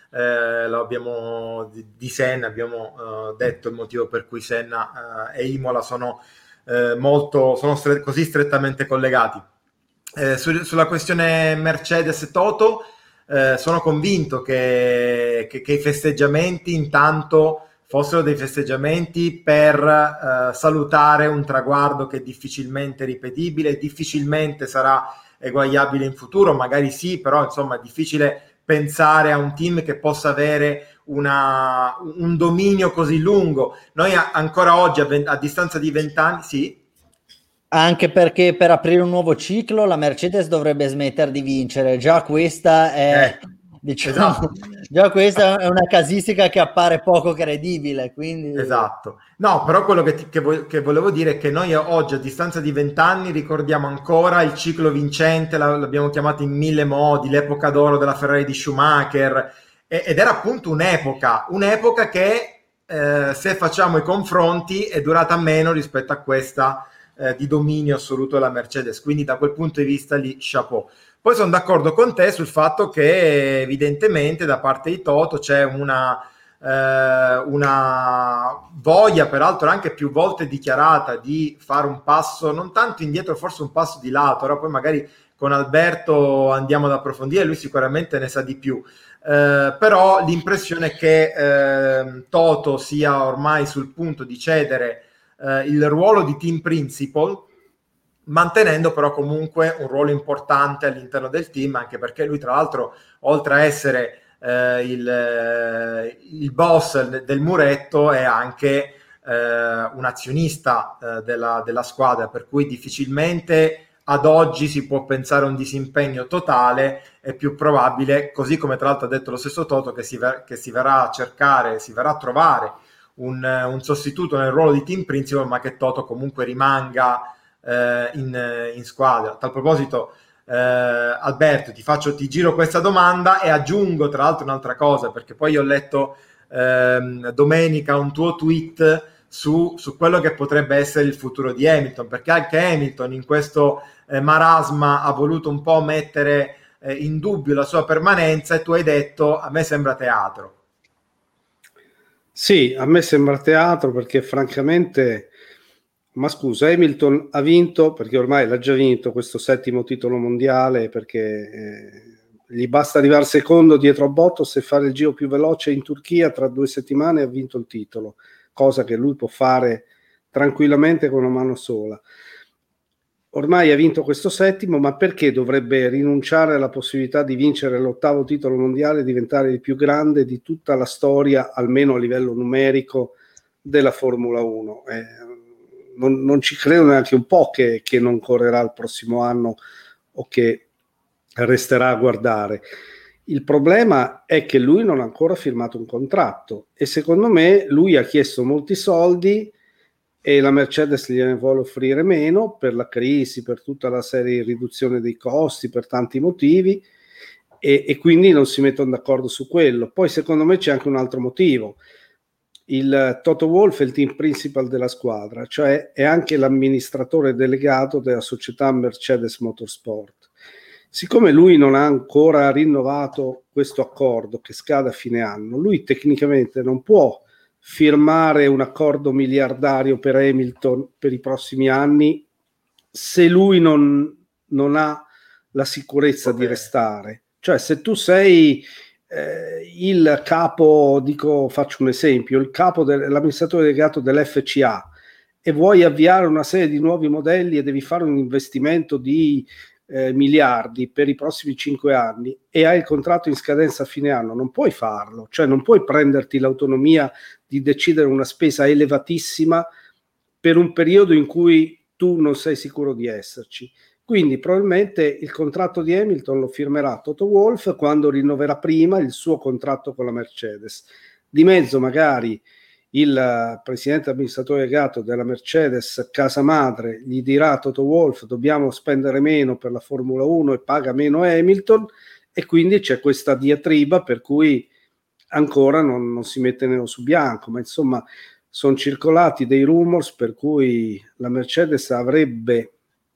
Speaker 3: eh, lo abbiamo, di, di Senna, abbiamo eh, detto il motivo per cui Senna eh, e Imola sono Eh, molto, sono stre- così strettamente collegati. Eh, su- sulla questione Mercedes e Toto, eh, sono convinto che, che, che i festeggiamenti intanto fossero dei festeggiamenti per eh, salutare un traguardo che è difficilmente ripetibile, difficilmente sarà eguagliabile in futuro, magari sì, però insomma è difficile pensare a un team che possa avere una, un dominio così lungo. Noi a, ancora oggi a, vent- a distanza di vent'anni, sì.
Speaker 1: Anche perché per aprire un nuovo ciclo la Mercedes dovrebbe smettere di vincere, già questa è,
Speaker 3: Eh,
Speaker 1: diciamo,
Speaker 3: esatto.
Speaker 1: già questa è una casistica che appare poco credibile, quindi...
Speaker 3: Esatto. No, però quello che, ti, che, vo- che volevo dire è che noi oggi a distanza di vent'anni ricordiamo ancora il ciclo vincente, la- l'abbiamo chiamato in mille modi, l'epoca d'oro della Ferrari di Schumacher, e- ed era appunto un'epoca, un'epoca che eh, se facciamo i confronti è durata meno rispetto a questa eh, di dominio assoluto della Mercedes, quindi da quel punto di vista lì chapeau. Poi sono d'accordo con te sul fatto che evidentemente da parte di Toto c'è una eh, una voglia, peraltro anche più volte dichiarata, di fare un passo non tanto indietro, forse un passo di lato. Ora poi magari con Alberto andiamo ad approfondire, lui sicuramente ne sa di più, eh, però l'impressione è che eh, Toto sia ormai sul punto di cedere eh, il ruolo di team principal, mantenendo però comunque un ruolo importante all'interno del team, anche perché lui tra l'altro, oltre a essere eh, il, il boss del muretto, è anche eh, un azionista eh, della, della squadra, per cui difficilmente ad oggi si può pensare a un disimpegno totale, è più probabile, così come tra l'altro ha detto lo stesso Toto, che si, ver- che si verrà a cercare, si verrà a trovare un, un sostituto nel ruolo di team principal, ma che Toto comunque rimanga eh, in, in squadra. A tal proposito, eh, Alberto, ti faccio, ti giro questa domanda e aggiungo tra l'altro un'altra cosa, perché poi ho letto ehm, domenica un tuo tweet su, su quello che potrebbe essere il futuro di Hamilton, perché anche Hamilton in questo eh, marasma ha voluto un po' mettere eh, in dubbio la sua permanenza, e tu hai detto: a me sembra teatro.
Speaker 4: Sì, a me sembra teatro, perché francamente, ma scusa, Hamilton ha vinto, perché ormai l'ha già vinto questo settimo titolo mondiale, perché eh, gli basta arrivare secondo dietro a Bottas e fare il giro più veloce in Turchia, tra due settimane ha vinto il titolo, cosa che lui può fare tranquillamente con una mano sola. Ormai ha vinto questo settimo, ma perché dovrebbe rinunciare alla possibilità di vincere l'ottavo titolo mondiale e diventare il più grande di tutta la storia, almeno a livello numerico, della Formula uno? Eh, non, non ci credo neanche un po' che, che non correrà il prossimo anno o che resterà a guardare. Il problema è che lui non ha ancora firmato un contratto, e secondo me lui ha chiesto molti soldi e la Mercedes gliene vuole offrire meno per la crisi, per tutta la serie di riduzione dei costi, per tanti motivi, e, e quindi non si mettono d'accordo su quello. Poi secondo me c'è anche un altro motivo. Il Toto Wolff è il team principal della squadra, cioè è anche l'amministratore delegato della società Mercedes Motorsport. Siccome lui non ha ancora rinnovato questo accordo che scade a fine anno, lui tecnicamente non può firmare un accordo miliardario per Hamilton per i prossimi anni se lui non, non ha la sicurezza okay. di restare. Cioè, se tu sei eh, il capo, dico, faccio un esempio, il capo dell'amministratore delegato dell'F C A e vuoi avviare una serie di nuovi modelli e devi fare un investimento di Eh, miliardi per i prossimi cinque anni e hai il contratto in scadenza a fine anno, non puoi farlo, cioè non puoi prenderti l'autonomia di decidere una spesa elevatissima per un periodo in cui tu non sei sicuro di esserci. Quindi probabilmente il contratto di Hamilton lo firmerà Toto Wolff quando rinnoverà prima il suo contratto con la Mercedes. Di mezzo magari il presidente amministratore delegato della Mercedes, casa madre, gli dirà a Toto Wolff: dobbiamo spendere meno per la Formula uno e paga meno Hamilton, e quindi c'è questa diatriba per cui ancora non, non si mette nero su bianco, ma insomma sono circolati dei rumors per cui la Mercedes avrebbe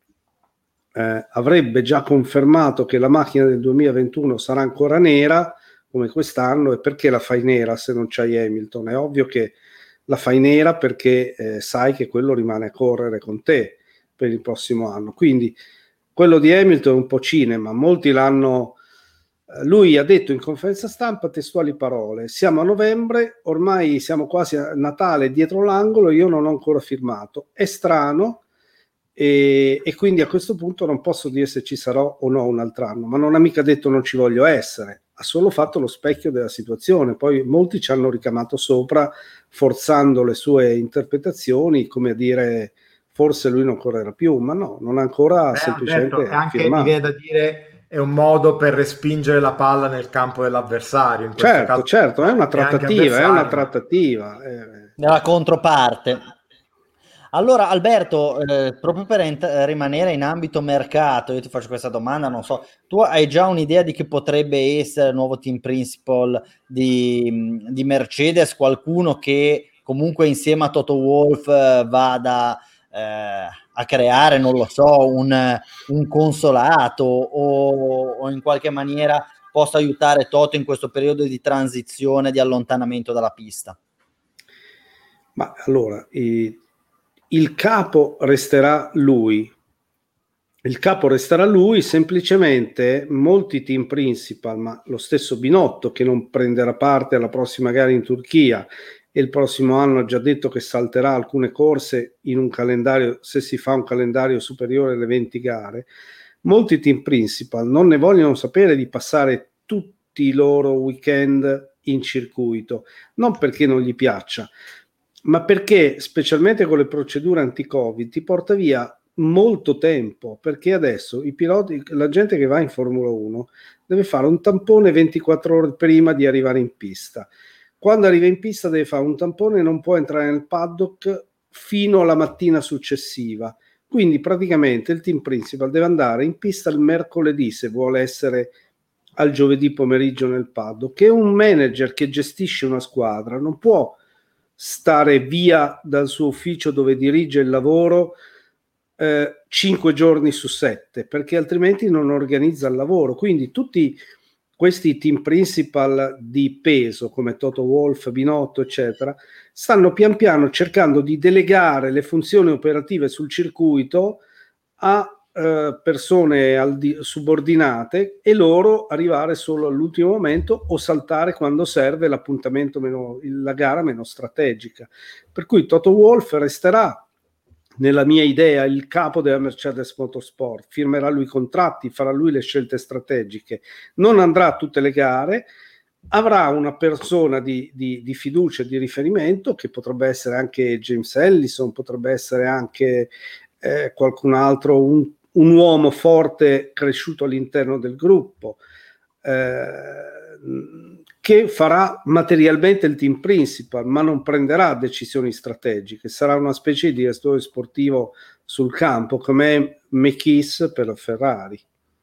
Speaker 4: eh, avrebbe già confermato che la macchina del duemilaventuno sarà ancora nera come quest'anno. E perché la fai nera se non c'hai Hamilton? È ovvio che la fai nera perché eh, sai che quello rimane a correre con te per il prossimo anno. Quindi quello di Hamilton è un po' cinema, molti l'hanno eh, lui ha detto in conferenza stampa testuali parole: siamo a novembre, ormai siamo quasi a Natale, dietro l'angolo, io non ho ancora firmato, è strano. E, e quindi a questo punto non posso dire se ci sarò o no un altro anno, ma non ha mica detto non ci voglio essere, ha solo fatto lo specchio della situazione. Poi molti ci hanno ricamato sopra forzando le sue interpretazioni, come a dire forse lui non correrà più, ma no, non ha ancora Beh, semplicemente detto,
Speaker 3: anche
Speaker 4: firmato.
Speaker 3: Mi viene da dire è un modo per respingere la palla nel campo dell'avversario. In questo
Speaker 4: certo,
Speaker 3: caso,
Speaker 4: certo, è una trattativa, è una trattativa. Eh.
Speaker 1: Nella controparte. Allora Alberto, eh, proprio per ent- rimanere in ambito mercato, io ti faccio questa domanda, non so, tu hai già un'idea di chi potrebbe essere il nuovo team principal di, di Mercedes, qualcuno che comunque insieme a Toto Wolff eh, vada eh, a creare, non lo so, un, un consolato o, o in qualche maniera possa aiutare Toto in questo periodo di transizione, di allontanamento dalla pista?
Speaker 4: Ma allora, i... il capo resterà lui, il capo resterà lui, semplicemente molti team principal, ma lo stesso Binotto che non prenderà parte alla prossima gara in Turchia e il prossimo anno ha già detto che salterà alcune corse in un calendario, se si fa un calendario superiore alle venti gare, molti team principal non ne vogliono sapere di passare tutti i loro weekend in circuito, non perché non gli piaccia, ma perché specialmente con le procedure anti-Covid ti porta via molto tempo, perché adesso i piloti, la gente che va in Formula uno deve fare un tampone ventiquattro ore prima di arrivare in pista. Quando arriva in pista deve fare un tampone e non può entrare nel paddock fino alla mattina successiva. Quindi praticamente il team principal deve andare in pista il mercoledì se vuole essere al giovedì pomeriggio nel paddock, che un manager che gestisce una squadra non può stare via dal suo ufficio dove dirige il lavoro eh, cinque giorni su sette, perché altrimenti non organizza il lavoro. Quindi tutti questi team principal di peso come Toto Wolff, Binotto eccetera stanno pian piano cercando di delegare le funzioni operative sul circuito a eh, persone al di- subordinate, e loro arrivare solo all'ultimo momento o saltare quando serve l'appuntamento meno, la gara meno strategica. Per cui Toto Wolff resterà, nella mia idea, il capo della Mercedes Motorsport, firmerà lui i contratti, farà lui le scelte strategiche, non andrà a tutte le gare, avrà una persona di, di, di fiducia e di riferimento, che potrebbe essere anche James Ellison, potrebbe essere anche eh, qualcun altro, un, un uomo forte cresciuto all'interno del gruppo, eh, che farà materialmente il team principal, ma non prenderà decisioni strategiche, sarà una specie di direttore sportivo sul campo, come McKees per la Ferrari.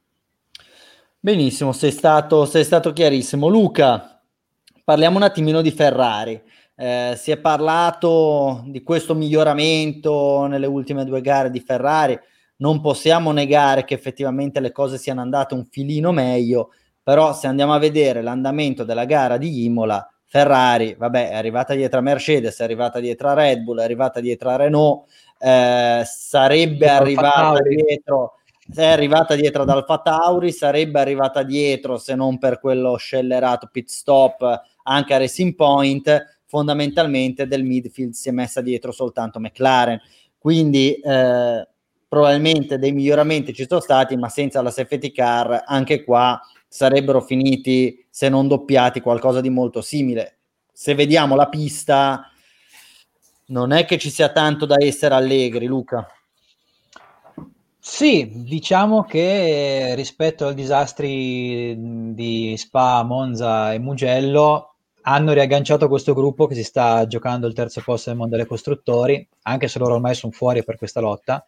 Speaker 1: Benissimo, sei stato, sei stato chiarissimo. Luca, parliamo un attimino di Ferrari. Eh, si è parlato di questo miglioramento nelle ultime due gare di Ferrari, non possiamo negare che effettivamente le cose siano andate un filino meglio, però se andiamo a vedere l'andamento della gara di Imola, Ferrari, vabbè, è arrivata dietro a Mercedes, è arrivata dietro a Red Bull, è arrivata dietro a Renault, eh, sarebbe arrivata dietro, è arrivata dietro ad Alfa Tauri, sarebbe arrivata dietro, se non per quello scellerato pit stop, anche a Racing Point. Fondamentalmente del midfield si è messa dietro soltanto McLaren, quindi eh, probabilmente dei miglioramenti ci sono stati, ma senza la safety car anche qua sarebbero finiti, se non doppiati, qualcosa di molto simile. Se vediamo la pista, non è che ci sia tanto da essere allegri, Luca.
Speaker 2: Sì, diciamo che rispetto ai disastri di Spa, Monza e Mugello hanno riagganciato questo gruppo che si sta giocando il terzo posto nel Mondiale Costruttori, anche se loro ormai sono fuori per questa lotta.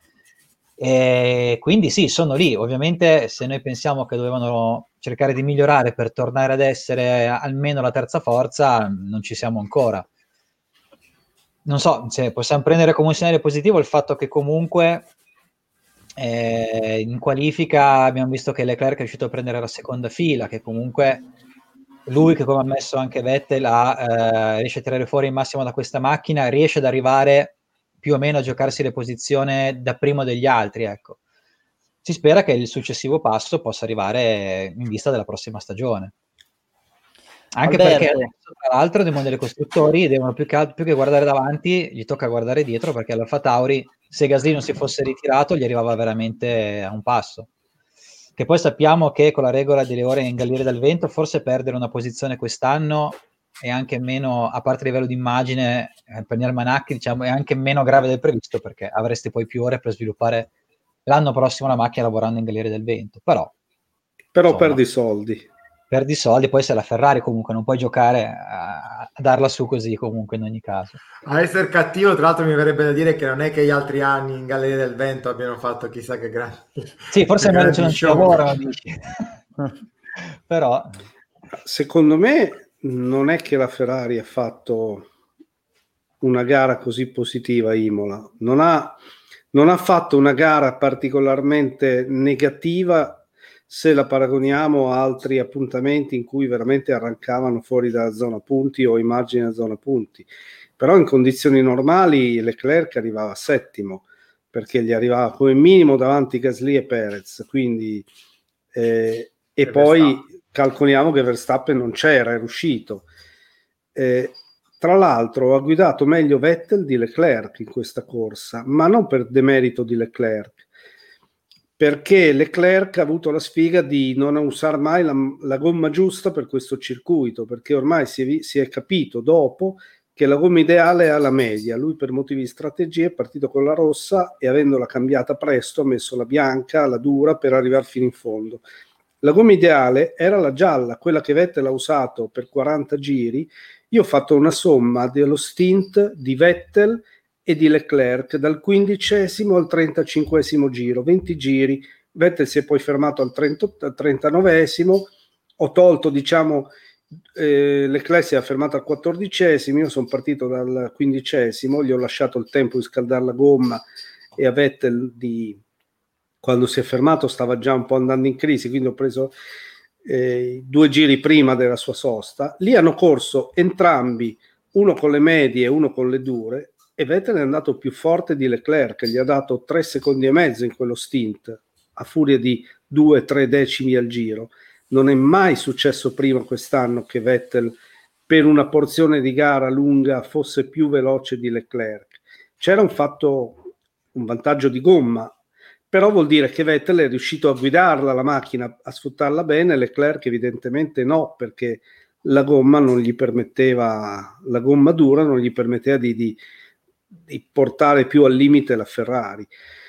Speaker 2: E quindi sì, sono lì. Ovviamente se noi pensiamo che dovevano cercare di migliorare per tornare ad essere almeno la terza forza, non ci siamo ancora. Non so se possiamo prendere come un segnale positivo il fatto che comunque eh, in qualifica abbiamo visto che Leclerc è riuscito a prendere la seconda fila, che comunque lui, che come ha ammesso anche Vettel, ha, eh, riesce a tirare fuori il massimo da questa macchina, riesce ad arrivare più o meno a giocarsi le posizioni da primo degli altri, ecco. Si spera che il successivo passo possa arrivare in vista della prossima stagione. Anche
Speaker 1: Alberto.
Speaker 2: Perché adesso, tra l'altro, nei Mondiali Costruttori devono più che, più che guardare davanti, gli tocca guardare dietro, perché all'Alfa Tauri, se Gasly non si fosse ritirato, gli arrivava veramente a un passo. Che poi sappiamo che con la regola delle ore in Galliere dal Vento, forse perdere una posizione quest'anno è anche meno, a parte a livello di immagine, eh, per gli almanacchi, diciamo, è anche meno grave del previsto, perché avresti poi più ore per sviluppare l'anno prossimo la macchina lavorando in Galliere del Vento. Però,
Speaker 4: però
Speaker 2: insomma,
Speaker 4: perdi soldi.
Speaker 2: Perdi soldi, poi se la Ferrari comunque non puoi giocare a, a darla su così comunque in ogni caso.
Speaker 3: A essere cattivo, tra l'altro mi verrebbe da dire che non è che gli altri anni in Galleria del Vento abbiano fatto chissà che grandi.
Speaker 2: Sì, forse è meglio se non ci lavorano, dici. Però
Speaker 4: secondo me non è che la Ferrari ha fatto una gara così positiva a Imola, non ha, non ha fatto una gara particolarmente negativa se la paragoniamo a altri appuntamenti in cui veramente arrancavano fuori dalla zona punti o immagini della zona punti. Però in condizioni normali Leclerc arrivava settimo, perché gli arrivava come minimo davanti Gasly e Perez, quindi eh, e, e poi Verstappen. Calcoliamo che Verstappen non c'era, era uscito. Eh, tra l'altro ha guidato meglio Vettel di Leclerc in questa corsa, ma non per demerito di Leclerc, perché Leclerc ha avuto la sfiga di non usare mai la, la gomma giusta per questo circuito, perché ormai si è, si è capito dopo che che la gomma ideale è alla media. Lui per motivi di strategia è partito con la rossa e avendola cambiata presto ha messo la bianca, la dura, per arrivare fino in fondo. La gomma ideale era la gialla, quella che Vettel ha usato per quaranta giri. Io ho fatto una somma dello stint di Vettel e di Leclerc dal quindicesimo al trentacinquesimo giro, venti giri. Vettel si è poi fermato al trentanovesimo, ho tolto, diciamo, eh, Leclerc si è fermato al quattordicesimo, io sono partito dal quindicesimo, gli ho lasciato il tempo di scaldare la gomma e a Vettel di, quando si è fermato stava già un po' andando in crisi, quindi ho preso eh, due giri prima della sua sosta. Lì hanno corso entrambi, uno con le medie e uno con le dure, e Vettel è andato più forte di Leclerc, gli ha dato tre secondi e mezzo in quello stint, a furia di due tre decimi al giro. Non è mai successo prima quest'anno che Vettel per una porzione di gara lunga fosse più veloce di Leclerc. C'era un fatto, un vantaggio di gomma, però vuol dire che Vettel è riuscito a guidarla la macchina, a sfruttarla bene, Leclerc evidentemente no, perché la gomma non gli permetteva, la gomma dura non gli permetteva di, di, di portare più al limite la Ferrari.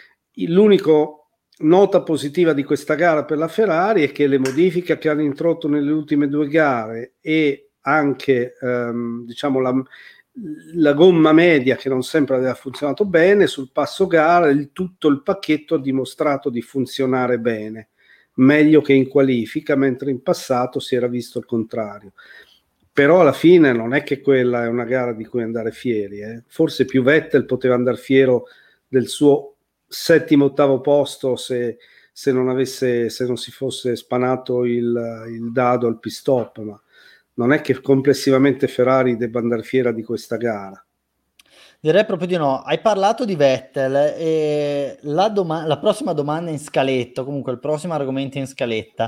Speaker 4: L'unico nota positiva di questa gara per la Ferrari è che le modifiche che hanno introdotto nelle ultime due gare e anche ehm, diciamo la, la gomma media, che non sempre aveva funzionato bene, sul passo gara il, tutto il pacchetto ha dimostrato di funzionare bene, meglio che in qualifica, mentre in passato si era visto il contrario. Però alla fine non è che quella è una gara di cui andare fieri, eh. Forse più Vettel poteva andare fiero del suo settimo ottavo posto se, se non avesse se non si fosse spanato il, il dado al pit stop, ma non è che complessivamente Ferrari debba andare fiera di questa gara.
Speaker 1: Direi proprio di no. Hai parlato di Vettel e la, doma- la prossima domanda in scaletta, comunque il prossimo argomento in scaletta,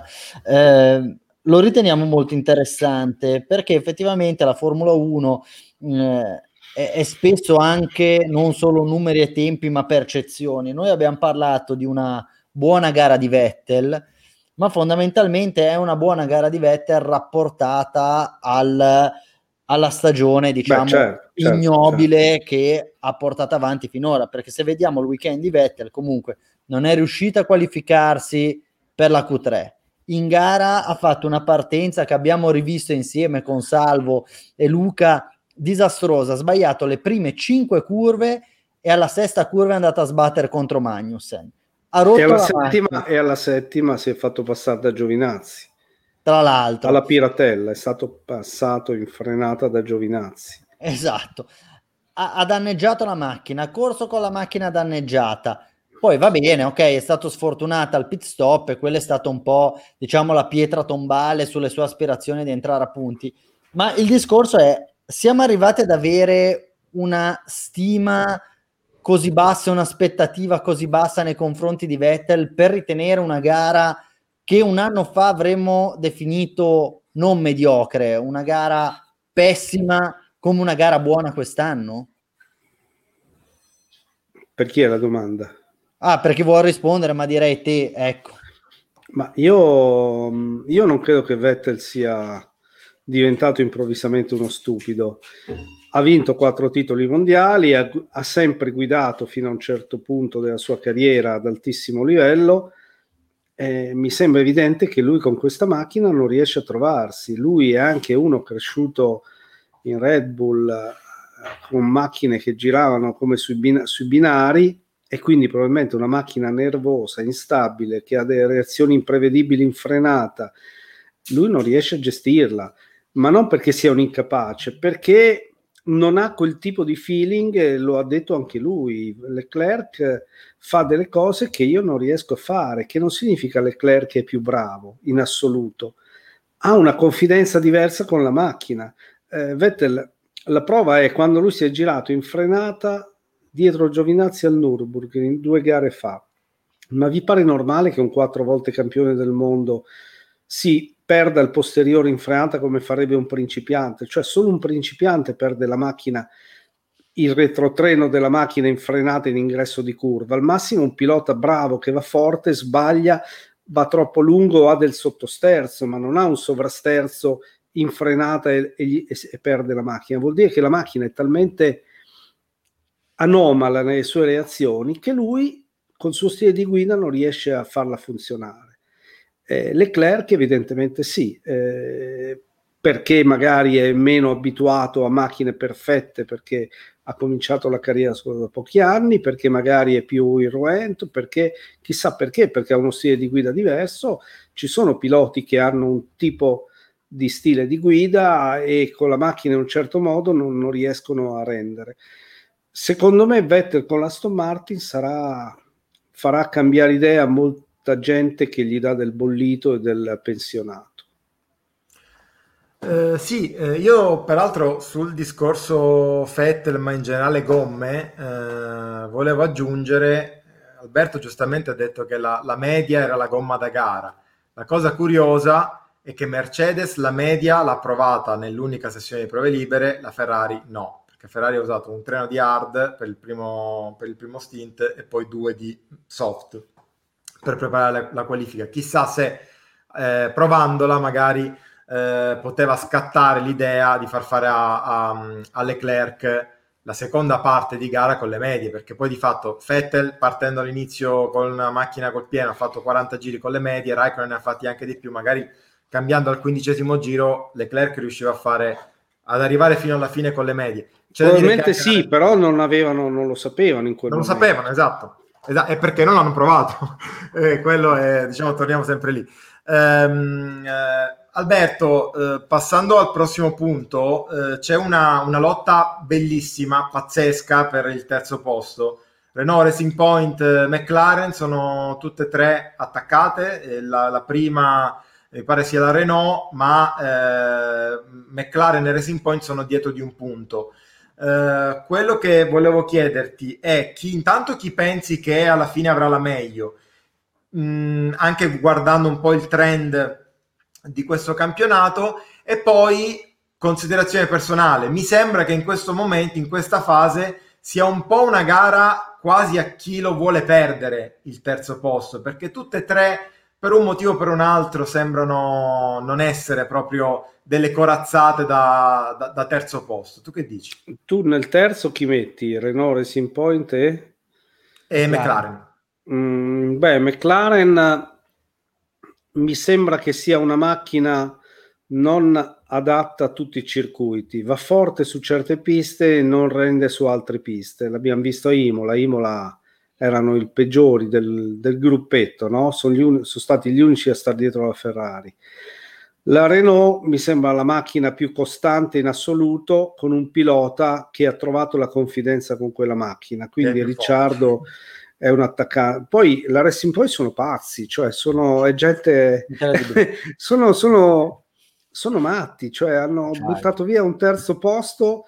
Speaker 1: eh, lo riteniamo molto interessante perché effettivamente la Formula uno eh, è, è spesso anche non solo numeri e tempi ma percezioni. Noi abbiamo parlato di una buona gara di Vettel, ma fondamentalmente è una buona gara di Vettel rapportata al, alla stagione, diciamo, Beh, certo, certo, ignobile certo. che ha portato avanti finora, perché se vediamo il weekend di Vettel comunque non è riuscita a qualificarsi per la Q tre. In gara ha fatto una partenza che abbiamo rivisto insieme con Salvo e Luca, disastrosa, ha sbagliato le prime cinque curve e alla sesta curva è andata a sbattere contro Magnussen. Ha rotto
Speaker 4: e, alla
Speaker 1: la
Speaker 4: settima, e alla settima si è fatto passare da Giovinazzi.
Speaker 1: Tra l'altro.
Speaker 4: Alla Piratella, è stato passato in frenata da Giovinazzi.
Speaker 1: Esatto. Ha, ha danneggiato la macchina, ha corso con la macchina danneggiata. Poi va bene, ok, è stato sfortunato al pit stop e quella è stata un po', diciamo, la pietra tombale sulle sue aspirazioni di entrare a punti. Ma il discorso è, siamo arrivati ad avere una stima così bassa, un'aspettativa così bassa nei confronti di Vettel per ritenere una gara che un anno fa avremmo definito non mediocre, una gara pessima come una gara buona quest'anno?
Speaker 4: Per chi è la domanda?
Speaker 1: Ah, per chi vuole rispondere, ma direi te, ecco.
Speaker 4: Ma io, io non credo che Vettel sia diventato improvvisamente uno stupido. Ha vinto quattro titoli mondiali, ha, ha sempre guidato fino a un certo punto della sua carriera ad altissimo livello. Eh, mi sembra evidente che lui con questa macchina non riesce a trovarsi. Lui è anche uno cresciuto in Red Bull eh, con macchine che giravano come sui, bin- sui binari, e quindi probabilmente una macchina nervosa, instabile, che ha delle reazioni imprevedibili in frenata. Lui non riesce a gestirla, ma non perché sia un incapace, perché non ha quel tipo di feeling, e lo ha detto anche lui. Leclerc fa delle cose che io non riesco a fare, che non significa Leclerc che è più bravo in assoluto, ha una confidenza diversa con la macchina. eh, Vettel, la prova è quando lui si è girato in frenata dietro Giovinazzi al Nürburgring due gare fa. Ma vi pare normale che un quattro volte campione del mondo si perda il posteriore in frenata come farebbe un principiante? Cioè solo un principiante perde la macchina, il retrotreno della macchina in frenata in ingresso di curva. Al massimo un pilota bravo che va forte, sbaglia, va troppo lungo, ha del sottosterzo, ma non ha un sovrasterzo in frenata e, e, gli, e, e perde la macchina. Vuol dire che la macchina è talmente anomala nelle sue reazioni che lui col suo stile di guida non riesce a farla funzionare. Eh, Leclerc evidentemente sì, eh, perché magari è meno abituato a macchine perfette, perché ha cominciato la carriera solo da pochi anni, perché magari è più irruento, perché chissà perché, perché ha uno stile di guida diverso. Ci sono piloti che hanno un tipo di stile di guida e con la macchina in un certo modo non, non riescono a rendere. Secondo me Vettel con l'Aston Martin sarà, farà cambiare idea a molta gente che gli dà del bollito e del pensionato.
Speaker 3: Uh, sì, eh, io peraltro sul discorso Vettel, ma in generale gomme, eh, volevo aggiungere, Alberto giustamente ha detto che la, la media era la gomma da gara. La cosa curiosa è che Mercedes la media l'ha provata nell'unica sessione di prove libere, la Ferrari no, perché Ferrari ha usato un treno di hard per il primo, per il primo stint e poi due di soft per preparare la, la qualifica. Chissà se eh, provandola magari Eh, poteva scattare l'idea di far fare a, a, a Leclerc la seconda parte di gara con le medie, perché poi di fatto Vettel partendo all'inizio con una macchina col pieno ha fatto quaranta giri con le medie, Raikkonen ne ha fatti anche di più, magari cambiando al quindicesimo giro Leclerc riusciva a fare ad arrivare fino alla fine con le medie. C'è
Speaker 4: probabilmente sì, la... però non avevano, non lo sapevano in quel
Speaker 3: non
Speaker 4: momento.
Speaker 3: lo sapevano, esatto, esatto, è perché non l'hanno provato. eh, quello è, diciamo, torniamo sempre lì. ehm, eh, Alberto, eh, passando al prossimo punto, eh, c'è una, una lotta bellissima, pazzesca per il terzo posto. Renault, Racing Point, eh, McLaren sono tutte e tre attaccate. Eh, la, la prima mi pare sia la Renault, ma eh, McLaren e Racing Point sono dietro di un punto. Eh, quello che volevo chiederti è chi, intanto chi pensi che alla fine avrà la meglio, mm, anche guardando un po' il trend di questo campionato, e poi considerazione personale, mi sembra che in questo momento, in questa fase, sia un po' una gara quasi a chi lo vuole perdere il terzo posto, perché tutte e tre per un motivo o per un altro sembrano non essere proprio delle corazzate da, da, da terzo posto. Tu che dici?
Speaker 4: Tu nel terzo chi metti? Renault, Racing Point e?
Speaker 3: E McLaren.
Speaker 4: Mm, beh, McLaren mi sembra che sia una macchina non adatta a tutti i circuiti, va forte su certe piste e non rende su altre piste. L'abbiamo visto a Imola, Imola erano i peggiori del, del gruppetto, no? Sono, gli un- sono stati gli unici a stare dietro la Ferrari. La Renault mi sembra la macchina più costante in assoluto, con un pilota che ha trovato la confidenza con quella macchina, quindi Ricciardo è un attaccante. Poi la Racing Point sono pazzi, cioè sono è gente sono, sono, sono matti, cioè hanno Ciao. buttato via un terzo posto.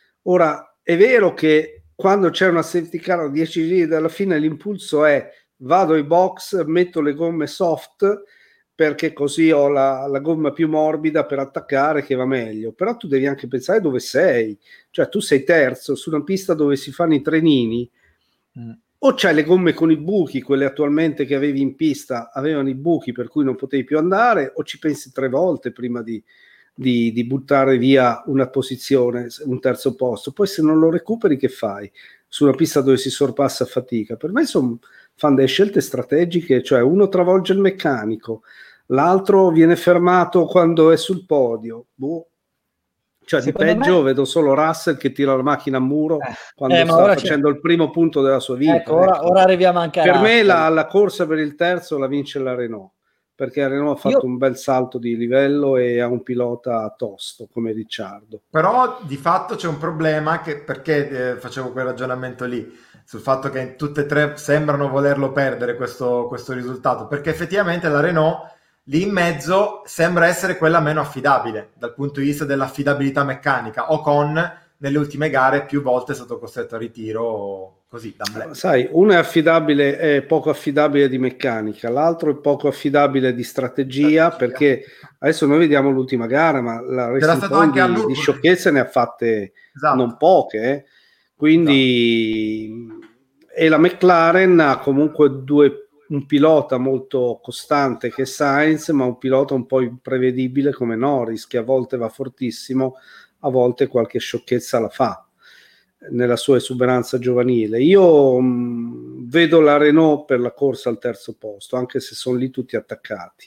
Speaker 4: Ora è vero che quando c'è una safety car a dieci giri dalla fine l'impulso è vado ai box, metto le gomme soft perché così ho la, la gomma più morbida per attaccare che va meglio, però tu devi anche pensare dove sei, cioè tu sei terzo su una pista dove si fanno i trenini. mm. O c'hai le gomme con i buchi, quelle attualmente che avevi in pista avevano i buchi per cui non potevi più andare, o ci pensi tre volte prima di, di, di buttare via una posizione, un terzo posto. Poi se non lo recuperi che fai? Su una pista dove si sorpassa a fatica. Per me sono, fanno delle scelte strategiche, cioè uno travolge il meccanico, l'altro viene fermato quando è sul podio. Boh. Cioè Secondo di peggio me... vedo solo Russell che tira la macchina a muro eh, quando eh, sta facendo c'è... il primo punto della sua vita.
Speaker 1: Ecco, ora, ecco. ora arriviamo anche a
Speaker 4: Per
Speaker 1: Russell.
Speaker 4: me la, la corsa per il terzo la vince la Renault, perché la Renault ha fatto Io... un bel salto di livello e ha un pilota tosto come Ricciardo.
Speaker 3: Però di fatto c'è un problema, che, perché eh, facevo quel ragionamento lì, sul fatto che tutte e tre sembrano volerlo perdere questo, questo risultato, perché effettivamente la Renault lì in mezzo sembra essere quella meno affidabile dal punto di vista dell'affidabilità meccanica. Ocon nelle ultime gare più volte è stato costretto a ritiro così da black.
Speaker 4: Sai, uno è affidabile, è poco affidabile di meccanica, l'altro è poco affidabile di strategia, strategia. Perché adesso noi vediamo l'ultima gara, ma la Racing Point di, di sciocchezze ne ha fatte esatto. non poche, eh? Quindi esatto. E la McLaren ha comunque due un pilota molto costante che è Sainz, ma un pilota un po' imprevedibile come Norris, che a volte va fortissimo, a volte qualche sciocchezza la fa nella sua esuberanza giovanile. Io mh, vedo la Renault per la corsa al terzo posto, anche se sono lì tutti attaccati.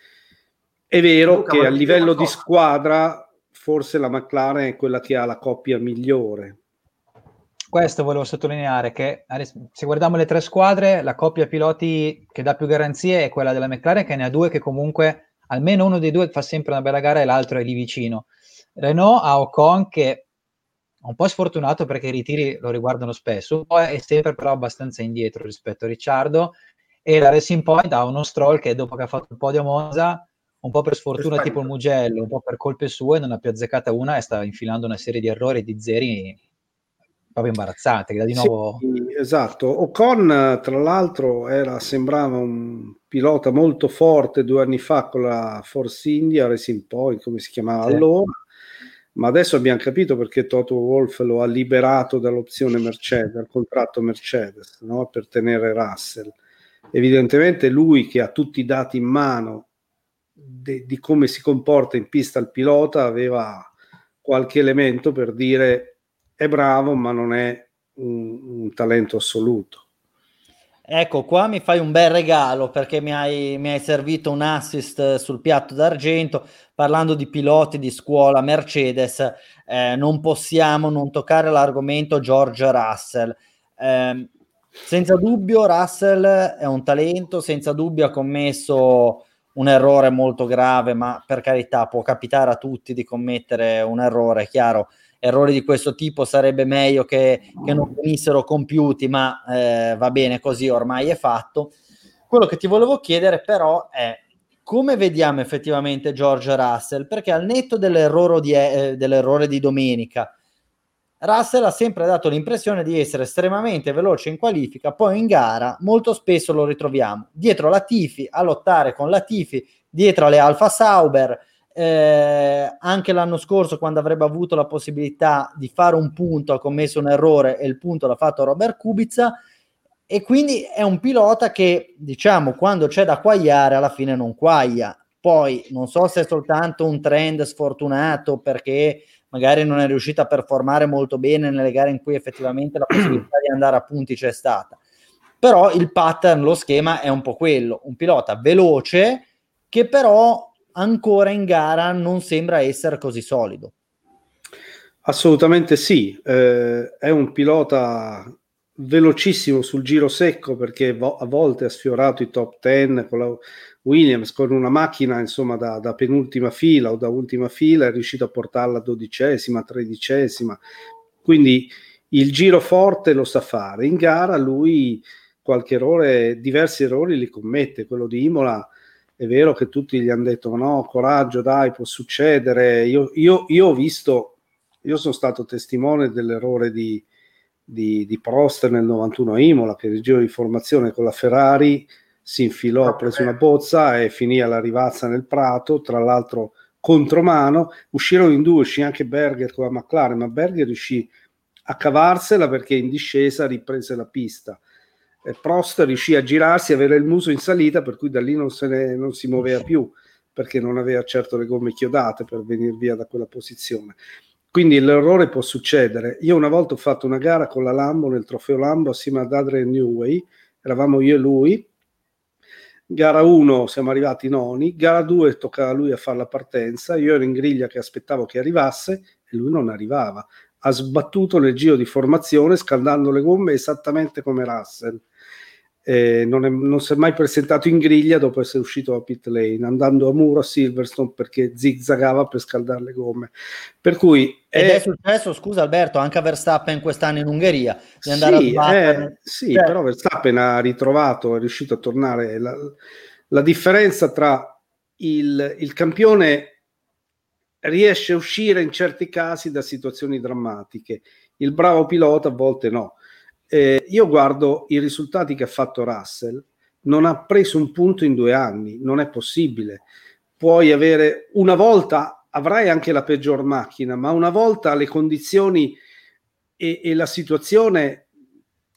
Speaker 4: È vero
Speaker 3: Luca,
Speaker 4: che a livello
Speaker 3: so.
Speaker 4: di squadra forse la McLaren è quella che ha la coppia migliore.
Speaker 2: Questo volevo sottolineare, che se guardiamo le tre squadre, la coppia piloti che dà più garanzie è quella della McLaren, che ne ha due che comunque almeno uno dei due fa sempre una bella gara e l'altro è lì vicino. Renault ha Ocon, che è un po' sfortunato perché i ritiri lo riguardano spesso, poi è sempre però abbastanza indietro rispetto a Ricciardo, e la Racing Point ha uno Stroll che dopo che ha fatto il podio a Monza, un po' per sfortuna tipo il Mugello, un po' per colpe sue, non ha più azzeccata una e sta infilando una serie di errori e di zeri proprio imbarazzante, che da di nuovo...
Speaker 4: Sì, esatto. Ocon, tra l'altro, era, sembrava un pilota molto forte due anni fa con la Force India, Racing Point, come si chiamava sì. allora, ma adesso abbiamo capito perché Toto Wolff lo ha liberato dall'opzione Mercedes, dal contratto Mercedes, no? Per tenere Russell. Evidentemente lui, che ha tutti i dati in mano de- di come si comporta in pista il pilota, aveva qualche elemento per dire è bravo ma non è un, un talento assoluto.
Speaker 1: Ecco, qua mi fai un bel regalo perché mi hai, mi hai servito un assist sul piatto d'argento. Parlando di piloti di scuola Mercedes, eh, non possiamo non toccare l'argomento George Russell. Eh, senza dubbio Russell è un talento, senza dubbio ha commesso un errore molto grave, ma per carità può capitare a tutti di commettere un errore, è chiaro. Errori di questo tipo sarebbe meglio che, che non venissero compiuti, ma eh, va bene così, ormai è fatto. Quello che ti volevo chiedere però è come vediamo effettivamente George Russell, perché al netto dell'errore di, eh, dell'errore di domenica, Russell ha sempre dato l'impressione di essere estremamente veloce in qualifica, poi in gara molto spesso lo ritroviamo dietro Latifi, a lottare con Latifi, dietro alle Alfa Sauber. Eh, anche l'anno scorso, quando avrebbe avuto la possibilità di fare un punto, ha commesso un errore e il punto l'ha fatto Robert Kubica, e quindi è un pilota che, diciamo, quando c'è da quagliare alla fine non quaglia. Poi non so se è soltanto un trend sfortunato perché magari non è riuscito a performare molto bene nelle gare in cui effettivamente la possibilità di andare a punti c'è stata, però il pattern, lo schema è un po' quello, un pilota veloce che però ancora in gara non sembra essere così solido.
Speaker 4: Assolutamente sì, eh, è un pilota velocissimo sul giro secco perché vo- a volte ha sfiorato i top dieci con la Williams, con una macchina insomma da, da penultima fila o da ultima fila, è riuscito a portarla a dodicesima, tredicesima, quindi il giro forte lo sa fare. In gara lui qualche errore, diversi errori li commette. Quello di Imola è vero che tutti gli hanno detto no, coraggio, dai, può succedere. Io, io, io ho visto, io sono stato testimone dell'errore di, di, di Prost nel novantuno a Imola, che il giro di formazione con la Ferrari si infilò, ha preso una bozza e finì alla rivazza nel prato, tra l'altro contromano. Uscirono in due, uscì anche Berger con la McLaren, ma Berger riuscì a cavarsela perché in discesa riprese la pista. Prost riuscì a girarsi, avere il muso in salita, per cui da lì non, se ne, non si muoveva più perché non aveva certo le gomme chiodate per venire via da quella posizione. Quindi l'errore può succedere. Io una volta ho fatto una gara con la Lambo nel trofeo Lambo assieme ad Adrian Newey, eravamo io e lui. Gara uno siamo arrivati noni, gara due toccava a lui a fare la partenza, io ero in griglia che aspettavo che arrivasse e lui non arrivava. Ha sbattuto nel giro di formazione scaldando le gomme esattamente come Russell. Eh, non, è, non si è mai presentato in griglia dopo essere uscito da pit lane, andando a muro a Silverstone perché zigzagava per scaldare le gomme. Per cui è...
Speaker 1: Ed è successo, scusa Alberto, anche a Verstappen quest'anno in Ungheria di andare
Speaker 4: sì,
Speaker 1: a sbattere.
Speaker 4: eh, sì,
Speaker 1: cioè...
Speaker 4: però Verstappen ha ritrovato, è riuscito a tornare. La, la differenza tra il, il campione riesce a uscire in certi casi da situazioni drammatiche, il bravo pilota a volte no. Eh, io guardo i risultati che ha fatto Russell, non ha preso un punto in due anni, non è possibile. Puoi avere una volta, avrai anche la peggior macchina, ma una volta le condizioni e, e la situazione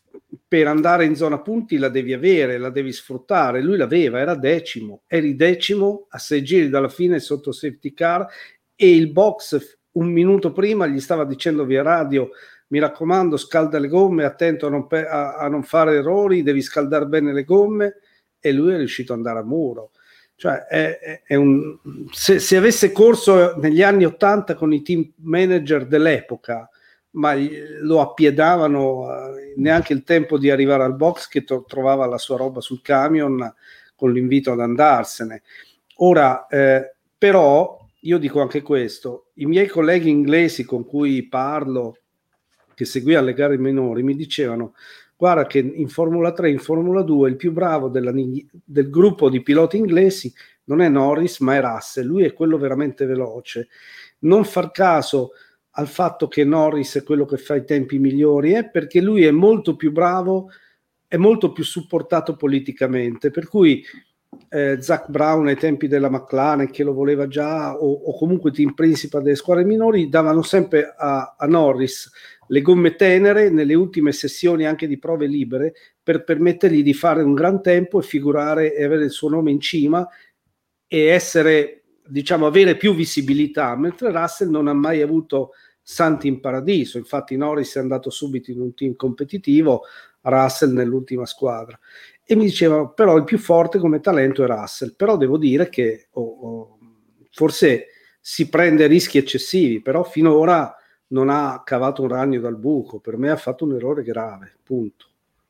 Speaker 4: per andare in zona punti la devi avere, la devi sfruttare. Lui l'aveva, era decimo, eri decimo a sei giri dalla fine sotto safety car, e il box un minuto prima gli stava dicendo via radio: mi raccomando, scalda le gomme, attento a non, pe- a, a non fare errori, devi scaldare bene le gomme, e lui è riuscito ad andare a muro. Cioè è, è, è un, se, se avesse corso negli anni ottanta con i team manager dell'epoca, ma lo appiedavano eh, neanche il tempo di arrivare al box che to- trovava la sua roba sul camion con l'invito ad andarsene. Ora eh, però io dico anche questo: i miei colleghi inglesi con cui parlo, che seguivano le gare minori, mi dicevano: guarda che in Formula tre, in Formula due il più bravo della, del gruppo di piloti inglesi non è Norris ma è Russell, lui è quello veramente veloce. Non far caso al fatto che Norris è quello che fa i tempi migliori, è perché lui è molto più bravo, è molto più supportato politicamente, per cui eh, Zach Brown ai tempi della McLaren, che lo voleva già, o, o comunque team principal delle squadre minori, davano sempre a, a Norris le gomme tenere nelle ultime sessioni anche di prove libere, per permettergli di fare un gran tempo e figurare e avere il suo nome in cima e essere, diciamo, avere più visibilità, mentre Russell non ha mai avuto santi in paradiso. Infatti Norris è andato subito in un team competitivo, Russell nell'ultima squadra, e mi dicevano però il più forte come talento è Russell. Però devo dire che oh, oh, forse si prende rischi eccessivi, però finora non ha cavato un ragno dal buco. Per me ha fatto un errore grave, punto.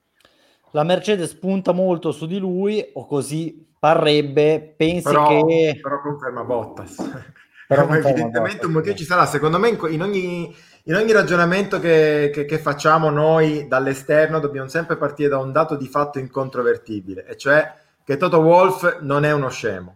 Speaker 1: La Mercedes punta molto su di lui, o così parrebbe. Pensi
Speaker 3: però,
Speaker 1: che
Speaker 3: però conferma Bottas.
Speaker 1: Però
Speaker 3: Ma evidentemente un motivo ci sarà. Secondo me in ogni, in ogni ragionamento che, che, che facciamo noi dall'esterno dobbiamo sempre partire da un dato di fatto incontrovertibile, e cioè che Toto Wolff non è uno scemo.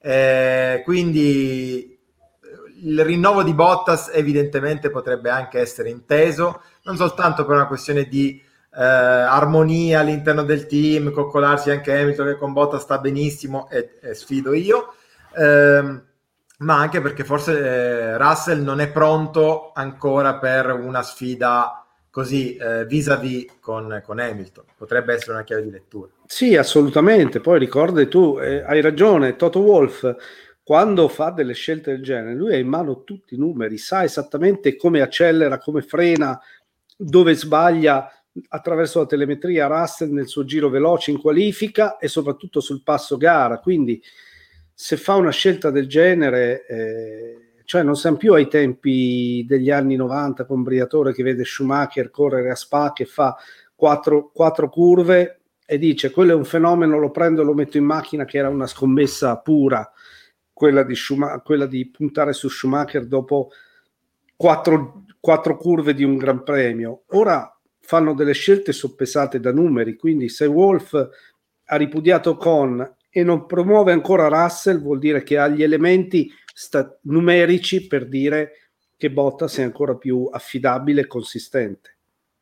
Speaker 3: Eh, quindi il rinnovo di Bottas evidentemente potrebbe anche essere inteso, non soltanto per una questione di eh, armonia all'interno del team, coccolarsi anche Hamilton che con Bottas sta benissimo e, e sfido io, ehm, ma anche perché forse eh, Russell non è pronto ancora per una sfida così eh, vis-à-vis con, con Hamilton. Potrebbe essere una chiave di lettura.
Speaker 4: Sì, assolutamente. Poi ricordi tu, eh, hai ragione, Toto Wolff quando fa delle scelte del genere, lui ha in mano tutti i numeri, sa esattamente come accelera, come frena, dove sbaglia attraverso la telemetria Russell nel suo giro veloce in qualifica e soprattutto sul passo gara. Quindi se fa una scelta del genere, eh, cioè non siamo più ai tempi degli anni novanta con Briatore che vede Schumacher correre a Spa che fa quattro, quattro curve e dice quello è un fenomeno, lo prendo e lo metto in macchina, che era una scommessa pura quella di, Schumacher, quella di puntare su Schumacher dopo quattro, quattro curve di un Gran Premio. Ora fanno delle scelte soppesate da numeri, quindi se Wolff ha ripudiato Con e non promuove ancora Russell, vuol dire che ha gli elementi sta- numerici per dire che Bottas è ancora più affidabile e consistente.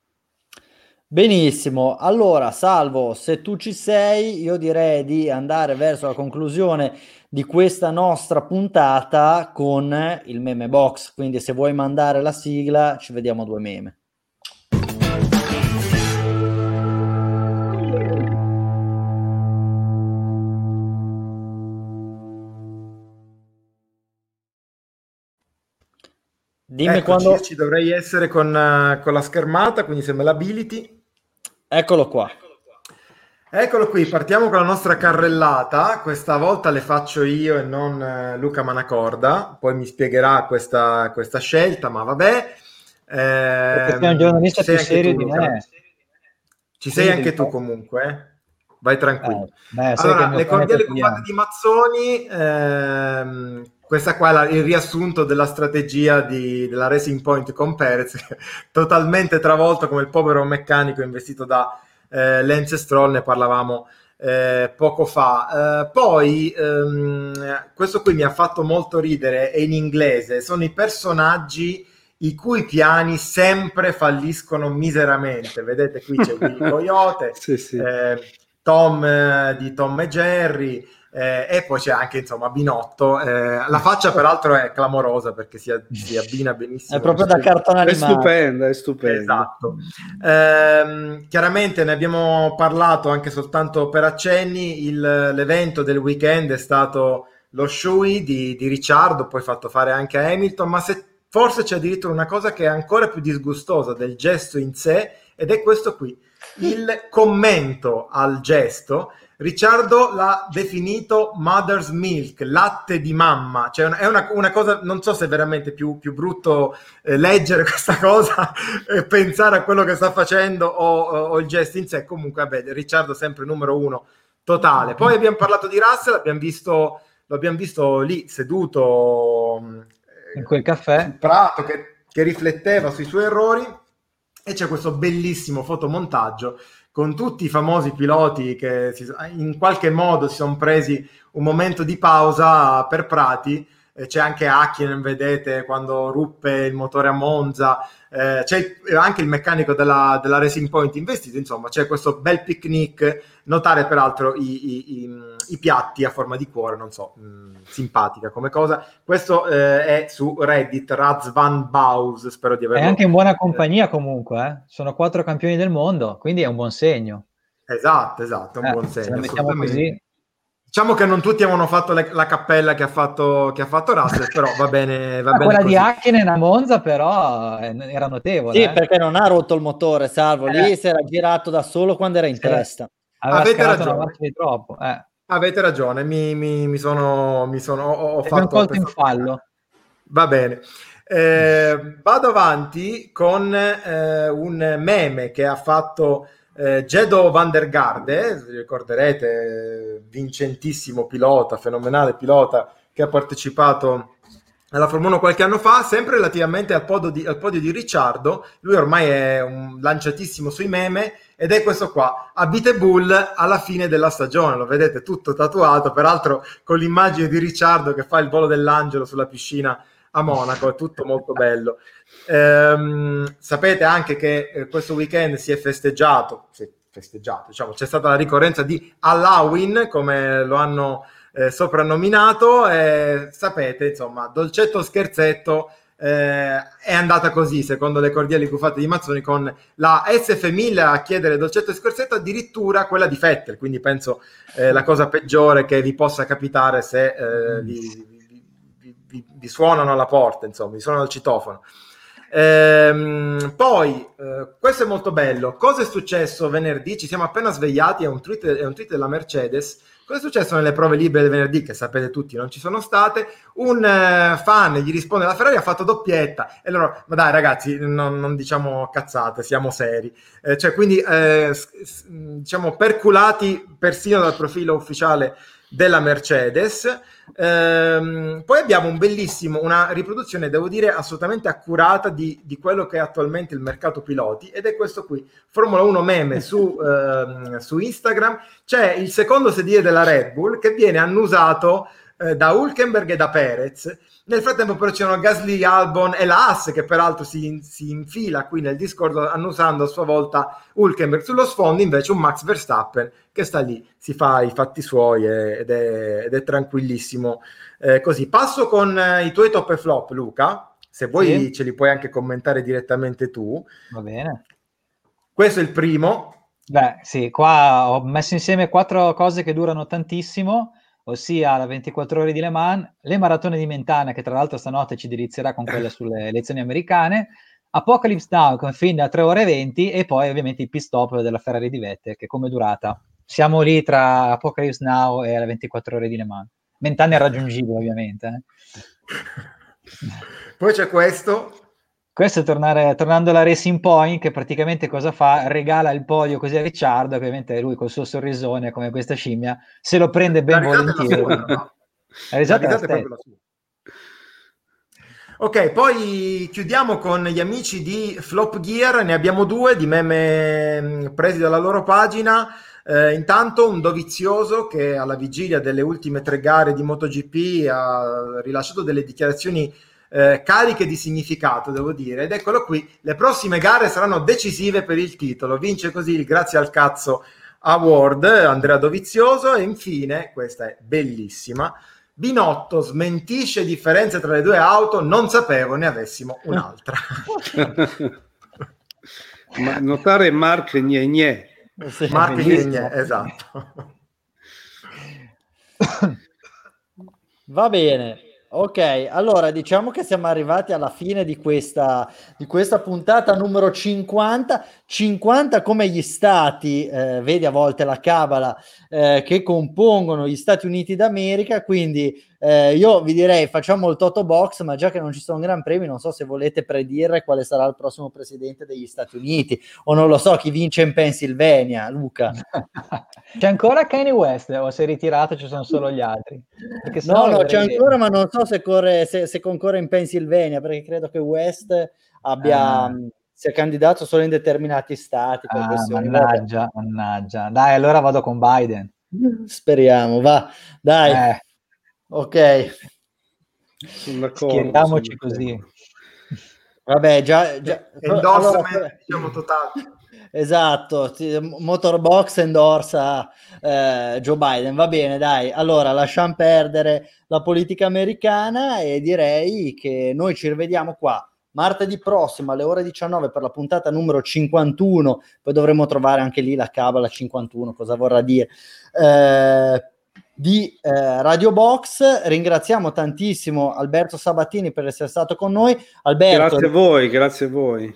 Speaker 1: Benissimo, allora Salvo, se tu ci sei, io direi di andare verso la conclusione di questa nostra puntata con il meme box, quindi se vuoi mandare la sigla ci vediamo due meme. Dimmi
Speaker 3: Eccoci,
Speaker 1: quando...
Speaker 3: io ci dovrei essere con, uh, con la schermata, quindi se me l'abiliti.
Speaker 1: Eccolo qua.
Speaker 3: Eccolo qui, partiamo con la nostra carrellata. Questa volta le faccio io e non uh, Luca Manacorda, poi mi spiegherà questa, questa scelta, ma vabbè.
Speaker 2: Perché sei un giornalista più serio di me.
Speaker 3: Ci sei anche tu comunque, eh? Vai tranquillo.
Speaker 2: Eh, beh,
Speaker 3: allora, le cordiali bufate di Mazzoni, ehm, questa qua è la, il riassunto della strategia di, della Racing Point con Perez, totalmente travolto come il povero meccanico investito da eh, Lance Stroll, ne parlavamo eh, poco fa. Eh, poi, ehm, questo qui mi ha fatto molto ridere, è in inglese, sono i personaggi i cui piani sempre falliscono miseramente. Vedete qui c'è Willy Coyote,
Speaker 4: sì, sì.
Speaker 3: Eh, Tom eh, di Tom e Jerry, Eh, e poi c'è anche insomma Binotto, eh, la faccia peraltro è clamorosa perché si, si abbina benissimo,
Speaker 1: è proprio da cartone animato,
Speaker 4: è stupenda, è stupenda.
Speaker 3: Esatto. Eh, chiaramente ne abbiamo parlato anche soltanto per accenni. Il, l'evento del weekend è stato lo Shui di, di Ricciardo, poi fatto fare anche a Hamilton, ma se, forse c'è addirittura una cosa che è ancora più disgustosa del gesto in sé, ed è questo qui, il commento al gesto. Ricciardo l'ha definito mother's milk, latte di mamma, cioè è una, una cosa, non so se è veramente più, più brutto eh, leggere questa cosa e pensare a quello che sta facendo o, o, o il gesto in sé. Comunque vabbè, Ricciardo sempre numero uno totale. Poi abbiamo parlato di Russell, abbiamo visto, lo abbiamo visto lì seduto
Speaker 2: in quel caffè
Speaker 3: sul prato che, che rifletteva sui suoi errori, e c'è questo bellissimo fotomontaggio con tutti i famosi piloti che si, in qualche modo si sono presi un momento di pausa per Prati. Eh, c'è anche Hakkinen, vedete, quando ruppe il motore a Monza, eh, c'è anche il meccanico della, della Racing Point investito, insomma c'è questo bel picnic. Notare peraltro i, i, i, i piatti a forma di cuore, non so, mh, simpatica come cosa. Questo eh, è su Reddit, Razvan Baus, spero di averlo.
Speaker 2: È anche in buona compagnia comunque, eh? Sono quattro campioni del mondo, quindi è un buon segno.
Speaker 3: Esatto, esatto, è un
Speaker 2: eh,
Speaker 3: buon segno.
Speaker 2: Se la mettiamo così.
Speaker 3: Diciamo che non tutti avevano fatto le, la cappella che ha fatto, che ha fatto Russell, però va bene, va
Speaker 2: ah,
Speaker 3: bene
Speaker 2: quella
Speaker 3: così.
Speaker 2: di Hakkinen a Monza però era notevole.
Speaker 1: Sì,
Speaker 2: eh?
Speaker 1: perché non ha rotto il motore, salvo, lì
Speaker 2: Eh.
Speaker 1: si era girato da solo quando era in
Speaker 2: Era...
Speaker 1: testa.
Speaker 2: Aveva
Speaker 3: Avete ragione.
Speaker 2: Una marcia di troppo. Eh.
Speaker 3: Avete ragione, mi, mi, mi sono, mi sono ho, ho
Speaker 2: Abbiamo
Speaker 3: fatto
Speaker 2: colto in fallo.
Speaker 3: Va bene. Eh, vado avanti con eh, un meme che ha fatto eh, Gedo van der Garde, ricorderete, vincentissimo pilota, fenomenale pilota che ha partecipato alla Formula uno qualche anno fa, sempre relativamente al podio di, al podio di Ricciardo. Lui ormai è un lanciatissimo sui meme, ed è questo qua, Abite Bull alla fine della stagione, lo vedete tutto tatuato, peraltro con l'immagine di Ricciardo che fa il volo dell'angelo sulla piscina a Monaco, è tutto molto bello. Ehm, sapete anche che eh, questo weekend si è festeggiato, sì, festeggiato, diciamo, c'è stata la ricorrenza di Halloween, come lo hanno eh, soprannominato, e sapete, insomma, dolcetto scherzetto, eh, è andata così, secondo le cordiali cuffate di Mazzoni, con la S F mille a chiedere dolcetto e scherzetto, addirittura quella di Vettel, quindi penso eh, la cosa peggiore che vi possa capitare se eh, vi Vi, vi suonano alla porta, insomma, vi suonano al citofono. Ehm, poi, eh, questo è molto bello. Cosa è successo venerdì? Ci siamo appena svegliati, è un tweet, è un tweet della Mercedes. Cosa è successo nelle prove libere del venerdì, che sapete tutti non ci sono state? Un eh, fan gli risponde, la Ferrari ha fatto doppietta, e loro, ma dai ragazzi, non, non diciamo cazzate, siamo seri. Eh, cioè, quindi, eh, diciamo, perculati persino dal profilo ufficiale della Mercedes. Ehm, poi abbiamo un bellissimo, una riproduzione, devo dire, assolutamente accurata di, di quello che è attualmente il mercato piloti, ed è questo qui, Formula uno meme su, ehm, su Instagram. C'è il secondo sedile della Red Bull che viene annusato eh, da Hülkenberg e da Perez. Nel frattempo però c'erano Gasly, Albon e la Haas, che peraltro si, si infila qui nel discorso, annusando a sua volta Hülkenberg. Sullo sfondo invece un Max Verstappen che sta lì, si fa i fatti suoi ed è, ed è tranquillissimo. Eh, così, passo con eh, i tuoi top e flop, Luca, se vuoi sì. Ce li puoi anche commentare direttamente tu.
Speaker 2: Va bene.
Speaker 3: Questo è il primo.
Speaker 2: Beh, sì, qua ho messo insieme quattro cose che durano tantissimo, ossia la ventiquattro ore di Le Mans, le maratone di Mentana, che tra l'altro stanotte ci delizierà con quelle sulle elezioni americane, Apocalypse Now con fin da tre ore e venti, e poi ovviamente il pit stop della Ferrari di Vettel, che come durata siamo lì tra Apocalypse Now e le ventiquattro ore di Le Mans. Mentana è raggiungibile ovviamente. Eh.
Speaker 3: Poi c'è questo.
Speaker 2: Questo è tornare, tornando alla Racing Point, che praticamente cosa fa? Regala il podio così a Ricciardo, ovviamente lui col suo sorrisone, come questa scimmia, se lo prende ben volentieri. La risata è proprio la sua.
Speaker 3: Ok, poi chiudiamo con gli amici di Flop Gear, ne abbiamo due di meme presi dalla loro pagina. Eh, intanto un dovizioso che alla vigilia delle ultime tre gare di MotoGP ha rilasciato delle dichiarazioni Eh, cariche di significato, devo dire, ed eccolo qui: le prossime gare saranno decisive per il titolo, vince così il grazie al cazzo Award, Andrea Dovizioso. E infine, questa è bellissima, Binotto smentisce differenze tra le due auto, non sapevo ne avessimo un'altra.
Speaker 4: Ma notare Marc Gne Gne.
Speaker 1: Sì,
Speaker 3: Marc Gne Gne, esatto.
Speaker 1: Va bene. Ok, allora diciamo che siamo arrivati alla fine di questa, di questa puntata numero cinquanta. cinquanta come gli stati, eh, vedi a volte la cabala, eh, che compongono gli Stati Uniti d'America, quindi eh, io vi direi facciamo il Toto Box, ma già che non ci sono gran premi, non so se volete predire quale sarà il prossimo presidente degli Stati Uniti, o non lo so, chi vince in Pennsylvania, Luca.
Speaker 2: C'è ancora Kanye West o si è ritirato, ci sono solo gli altri? Perché
Speaker 1: No,
Speaker 2: sennò
Speaker 1: no, c'è
Speaker 2: vedrei-
Speaker 1: ancora, ma non so se, corre, se, se concorre in Pennsylvania, perché credo che West abbia,
Speaker 2: Ah.
Speaker 1: sia candidato solo in determinati stati. Per
Speaker 2: Ah,
Speaker 1: questioni,
Speaker 2: mannaggia, mannaggia. Dai, allora vado con Biden.
Speaker 1: vabbè. Speriamo, va, dai,
Speaker 2: Eh,
Speaker 1: ok.
Speaker 4: Sono d'accordo,
Speaker 2: schieriamoci
Speaker 4: sono
Speaker 2: così.
Speaker 4: d'accordo.
Speaker 1: Vabbè, già, già
Speaker 3: Endorsement,
Speaker 1: allora,
Speaker 3: diciamo, totale.
Speaker 1: esatto, sì, Motorbox endorsa eh, Joe Biden, va bene, dai, allora lasciamo perdere la politica americana e direi che noi ci rivediamo qua martedì prossimo alle ore diciannove per la puntata numero cinquantuno, poi dovremo trovare anche lì la cabala cinquantuno, cosa vorrà dire, eh, di eh, Radio Box. Ringraziamo tantissimo Alberto Sabatini per essere stato con noi. Alberto,
Speaker 4: Grazie a voi, grazie a voi.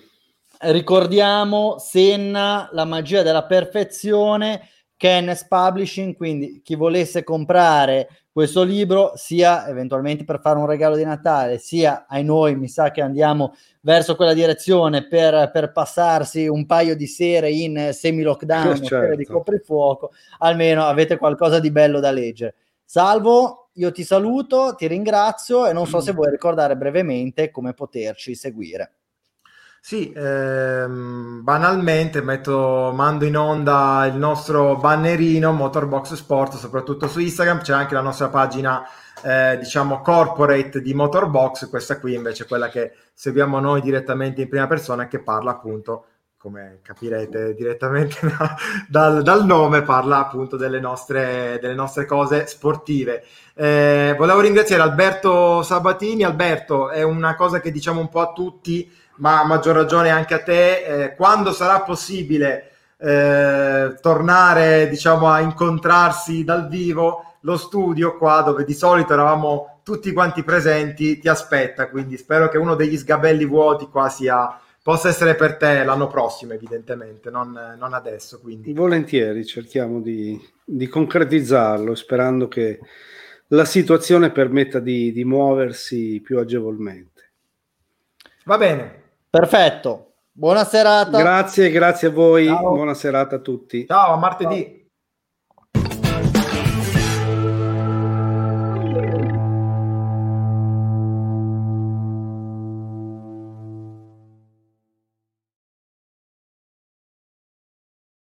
Speaker 1: ricordiamo Senna, la magia della perfezione, Kennes Publishing, quindi chi volesse comprare questo libro, sia eventualmente per fare un regalo di Natale, sia ai noi, mi sa che andiamo verso quella direzione per, per passarsi un paio di sere in semi-lockdown,
Speaker 4: Certo.
Speaker 1: sere di coprifuoco, almeno avete qualcosa di bello da leggere. Salvo, io ti saluto, ti ringrazio e non so se vuoi ricordare brevemente come poterci seguire.
Speaker 3: Sì, ehm, banalmente metto, mando in onda il nostro bannerino Motorbox Sport, soprattutto su Instagram. C'è anche la nostra pagina, eh, diciamo, corporate di Motorbox. Questa qui invece è quella che seguiamo noi direttamente in prima persona, che parla appunto, come capirete direttamente da, dal, dal nome, parla appunto delle nostre, delle nostre cose sportive. Eh, volevo ringraziare Alberto Sabatini. Alberto, è una cosa che diciamo un po' a tutti, ma a maggior ragione anche a te, eh, quando sarà possibile eh, tornare, diciamo, a incontrarsi dal vivo, lo studio qua dove di solito eravamo tutti quanti presenti ti aspetta, quindi spero che uno degli sgabelli vuoti qua sia, possa essere per te l'anno prossimo, evidentemente, non, non adesso. Quindi
Speaker 4: Volentieri, cerchiamo di, di concretizzarlo, sperando che la situazione permetta di, di muoversi più agevolmente.
Speaker 3: va bene.
Speaker 1: Perfetto, buona serata.
Speaker 4: Grazie, grazie a voi,
Speaker 1: Ciao.
Speaker 4: buona serata a tutti.
Speaker 3: Ciao, a martedì.